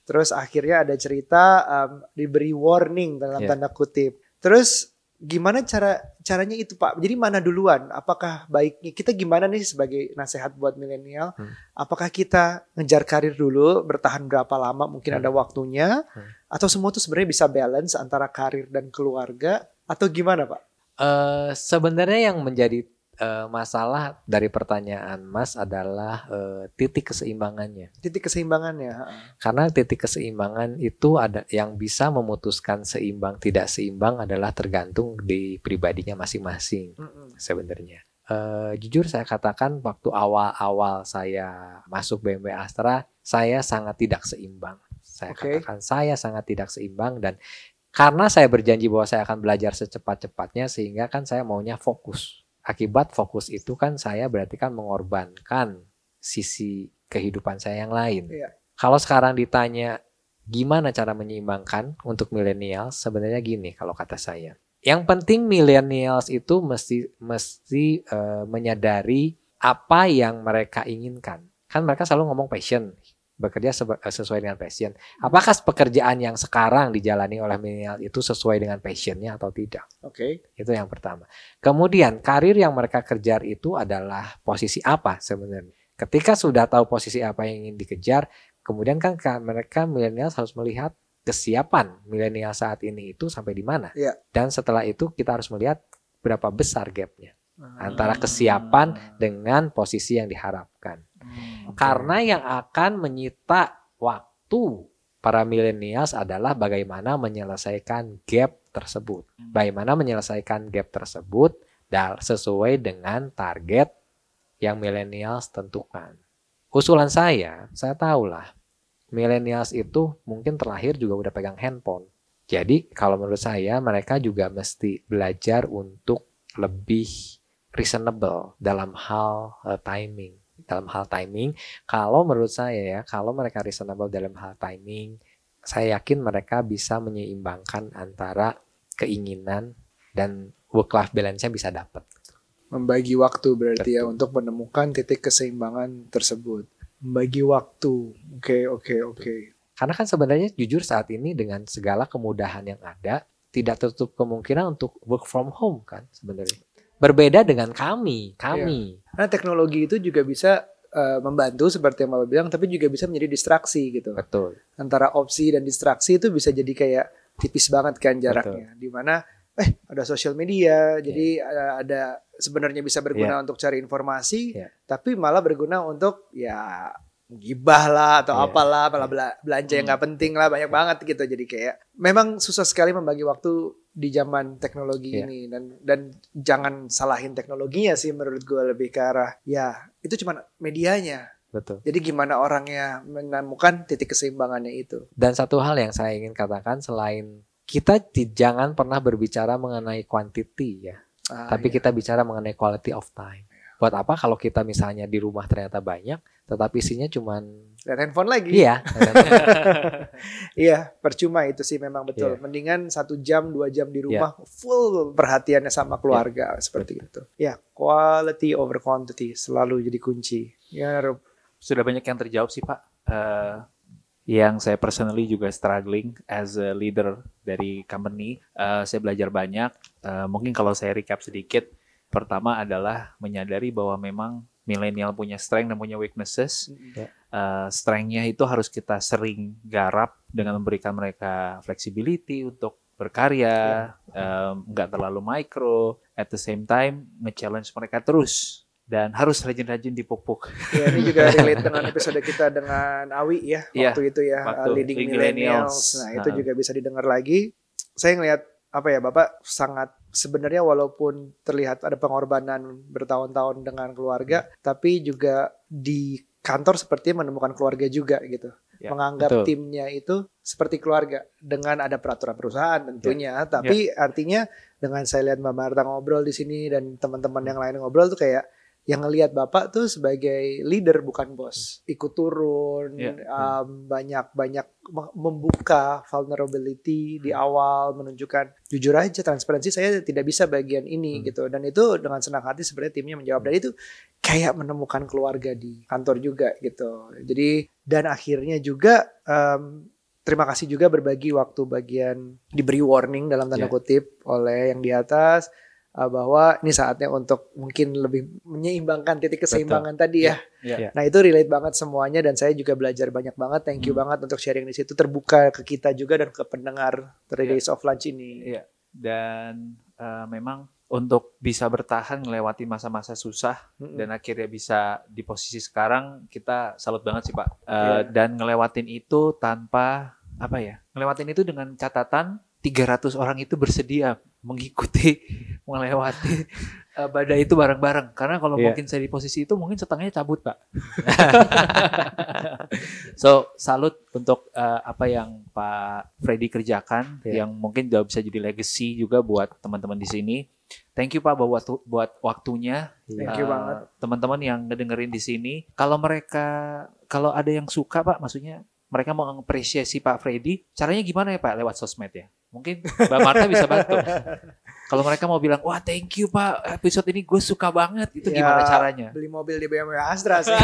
Terus akhirnya ada cerita um, diberi warning dalam Yeah. tanda kutip. Terus gimana cara caranya itu Pak? Jadi mana duluan? Apakah baiknya kita gimana nih sebagai nasihat buat milenial? Hmm. Apakah kita ngejar karir dulu, bertahan berapa lama? Mungkin Hmm. ada waktunya, Hmm. atau semua tuh sebenarnya bisa balance antara karir dan keluarga? Atau gimana Pak? Eh, sebenarnya yang menjadi eh, masalah dari pertanyaan Mas adalah eh, titik keseimbangannya. Titik keseimbangannya. Karena titik keseimbangan itu ada yang bisa memutuskan seimbang tidak seimbang adalah tergantung di pribadinya masing-masing Mm-mm. sebenarnya. Eh, jujur saya katakan waktu awal-awal saya masuk B M W Astra, saya sangat tidak seimbang. Saya Oke. katakan saya sangat tidak seimbang dan karena saya berjanji bahwa saya akan belajar secepat-cepatnya sehingga kan saya maunya fokus. Akibat fokus itu kan saya berarti kan mengorbankan sisi kehidupan saya yang lain. Iya. Kalau sekarang ditanya gimana cara menyeimbangkan untuk milenial, sebenarnya gini kalau kata saya. Yang penting millennials itu mesti mesti eh, menyadari apa yang mereka inginkan. Kan mereka selalu ngomong passion, bekerja seba- eh, sesuai dengan passion. Apakah pekerjaan yang sekarang dijalani oleh milenial itu sesuai dengan passionnya atau tidak? Oke. Itu yang pertama. Kemudian karir yang mereka kejar itu adalah posisi apa sebenarnya. Ketika sudah tahu posisi apa yang ingin dikejar, kemudian kan ka- mereka milenial harus melihat kesiapan milenial saat ini itu sampai di mana. Iya. Dan setelah itu kita harus melihat berapa besar gapnya Ah. antara kesiapan dengan posisi yang diharapkan. Hmm, oke. Karena yang akan menyita waktu para millennials adalah bagaimana menyelesaikan gap tersebut. Bagaimana menyelesaikan gap tersebut dal- sesuai dengan target yang millennials tentukan. Usulan saya, saya tahulah millennials itu mungkin terlahir juga udah pegang handphone. Jadi kalau menurut saya mereka juga mesti belajar untuk lebih reasonable dalam hal eh, timing. Dalam hal timing, kalau menurut saya ya, kalau mereka reasonable dalam hal timing, saya yakin mereka bisa menyeimbangkan antara keinginan dan work-life balance-nya bisa dapat. Membagi waktu berarti ya Betul. untuk menemukan titik keseimbangan tersebut. Membagi waktu. Oke, oke, oke. Karena kan sebenarnya jujur saat ini dengan segala kemudahan yang ada, tidak tertutup kemungkinan untuk work from home kan sebenarnya. Berbeda dengan kami, kami. Karena teknologi itu juga bisa uh, membantu seperti yang Bapak bilang, tapi juga bisa menjadi distraksi gitu. Betul. Antara opsi dan distraksi itu bisa jadi kayak tipis banget kan jaraknya. Dimana eh ada sosial media, jadi ada, ada sebenarnya bisa berguna untuk cari informasi, Yeah. tapi malah berguna untuk ya gibah lah atau Yeah. apalah, apalah bela- belanja yang nggak penting lah, banyak banget gitu. Jadi kayak memang susah sekali membagi waktu di zaman teknologi Yeah. ini, dan dan jangan salahin teknologinya sih, menurut gue lebih ke arah ya itu cuma medianya. Betul. Jadi gimana orangnya menemukan titik keseimbangannya itu. Dan satu hal yang saya ingin katakan selain kita ti- jangan pernah berbicara mengenai quantity ya, Ah, tapi iya. kita bicara mengenai quality of time. Buat apa kalau kita misalnya di rumah ternyata banyak, tetapi isinya cuman Lihat handphone lagi. iya. Iya, percuma itu sih memang betul. Iya. Mendingan satu jam, dua jam di rumah full perhatiannya sama keluarga seperti itu. Ya, quality over quantity selalu jadi kunci. Ya, Rob. Sudah banyak yang terjawab sih Pak. Eh, yang saya personally juga struggling as a leader dari company. Eh, saya belajar banyak. Eh, mungkin kalau saya recap sedikit, pertama adalah menyadari bahwa memang milenial punya strength dan punya weaknesses. Ya. Uh, strength-nya itu harus kita sering garap dengan memberikan mereka flexibility untuk berkarya, um, nggak terlalu micro, at the same time nge-challenge mereka terus dan harus rajin-rajin dipupuk. Ya, ini juga relate dengan episode kita dengan Awi ya, Iya, waktu itu ya, waktu uh, leading Leading millennials. Millennials. Nah, itu Nah. juga bisa didengar lagi. Saya ngelihat apa ya, Bapak sangat sebenarnya walaupun terlihat ada pengorbanan bertahun-tahun dengan keluarga, tapi juga di kantor sepertinya menemukan keluarga juga gitu. Ya, Menganggap betul. timnya itu seperti keluarga dengan ada peraturan perusahaan tentunya, tapi artinya dengan saya lihat Mbak Marta ngobrol di sini dan teman-teman yang lain ngobrol tuh kayak yang ngelihat Bapak tuh sebagai leader bukan bos, ikut turun, Ya. um, banyak-banyak me- membuka vulnerability di awal, menunjukkan jujur aja transparansi saya tidak bisa bagian ini Hmm. gitu, dan itu dengan senang hati sebenarnya timnya menjawab, dan itu kayak menemukan keluarga di kantor juga gitu. Jadi dan akhirnya juga um, terima kasih juga berbagi waktu bagian diberi warning dalam tanda Yeah. kutip oleh yang di atas uh, bahwa ini saatnya untuk mungkin lebih menyeimbangkan titik keseimbangan tadi ya. Iya. Nah itu relate banget semuanya dan saya juga belajar banyak banget. Thank you Hmm. banget untuk sharing di situ, terbuka ke kita juga dan ke pendengar thirty Yeah. Days of Lunch ini. Iya. Dan eh, memang untuk bisa bertahan melewati masa-masa susah Mm-mm. dan akhirnya bisa di posisi sekarang, kita salut banget sih Pak. Eh, Iya. Dan ngelewatin itu tanpa apa ya? Ngelewatin itu dengan catatan tiga ratus orang itu bersedia mengikuti melewati eh, badai itu bareng-bareng. Karena kalau Iya. mungkin saya di posisi itu mungkin setengahnya cabut Pak. So salut untuk eh, apa yang Pak Freddy kerjakan, Iya. yang mungkin juga bisa jadi legacy juga buat teman-teman di sini. Thank you Pak buat buat waktunya. Thank you Eh, banget. Teman-teman yang ngedengerin di sini, kalau mereka kalau ada yang suka Pak, maksudnya mereka mau mengapresiasi Pak Freddy, caranya gimana ya Pak? Lewat sosmed ya? Mungkin Mbak Marta bisa bantu. Kalau mereka mau bilang, wah thank you Pak, episode ini gue suka banget, itu Ya, gimana caranya? Beli mobil di B M W Astra sih.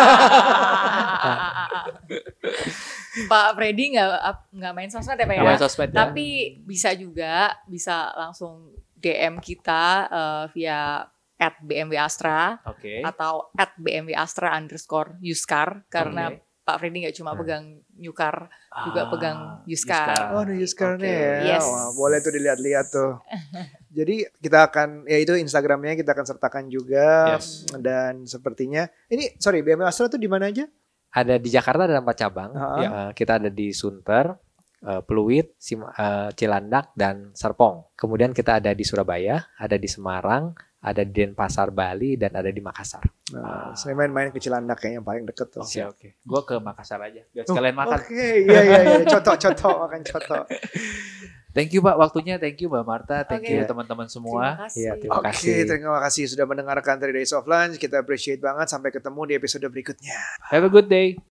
Pak Freddy nggak ap- nggak main sosmed ya Pak ya? Lewat sosmed ya? Tapi bisa juga, bisa langsung D M kita eh, via at B M W Astra Oke. atau at B M W Astra underscore Yuskar, karena Oke. Pak Freddy nggak cuma Hmm. pegang Nyukar, juga Ah, pegang Yuskar. Yuskar. Oh, ada Yuskar nih Oke. ya. Yes. Wah, boleh tuh dilihat-lihat tuh. Jadi kita akan, ya itu Instagramnya kita akan sertakan juga. Yes. Dan sepertinya, ini sorry B M W Astra tuh di mana aja? Ada di Jakarta ada empat cabang. Ha-ha. Eh, kita ada di Sunter, eh, Pluit, Sim- eh, Cilandak, dan Serpong. Kemudian kita ada di Surabaya, ada di Semarang, ada di Denpasar, Bali, dan ada di Makassar. Nah, saya main-main ke Cilandak kayaknya yang paling deket tuh. Oke oke. Gue ke Makassar aja, biar sekalian makan. Oke, iya iya iya, coto-coto makan coto. Thank you Pak waktunya, thank you Mbak Marta, thank Oke. you teman-teman Terima semua. kasih. Iya, terima Oke, kasih. terima kasih sudah mendengarkan thirty Days of Lunch. Kita appreciate banget. Sampai ketemu di episode berikutnya. Have a good day.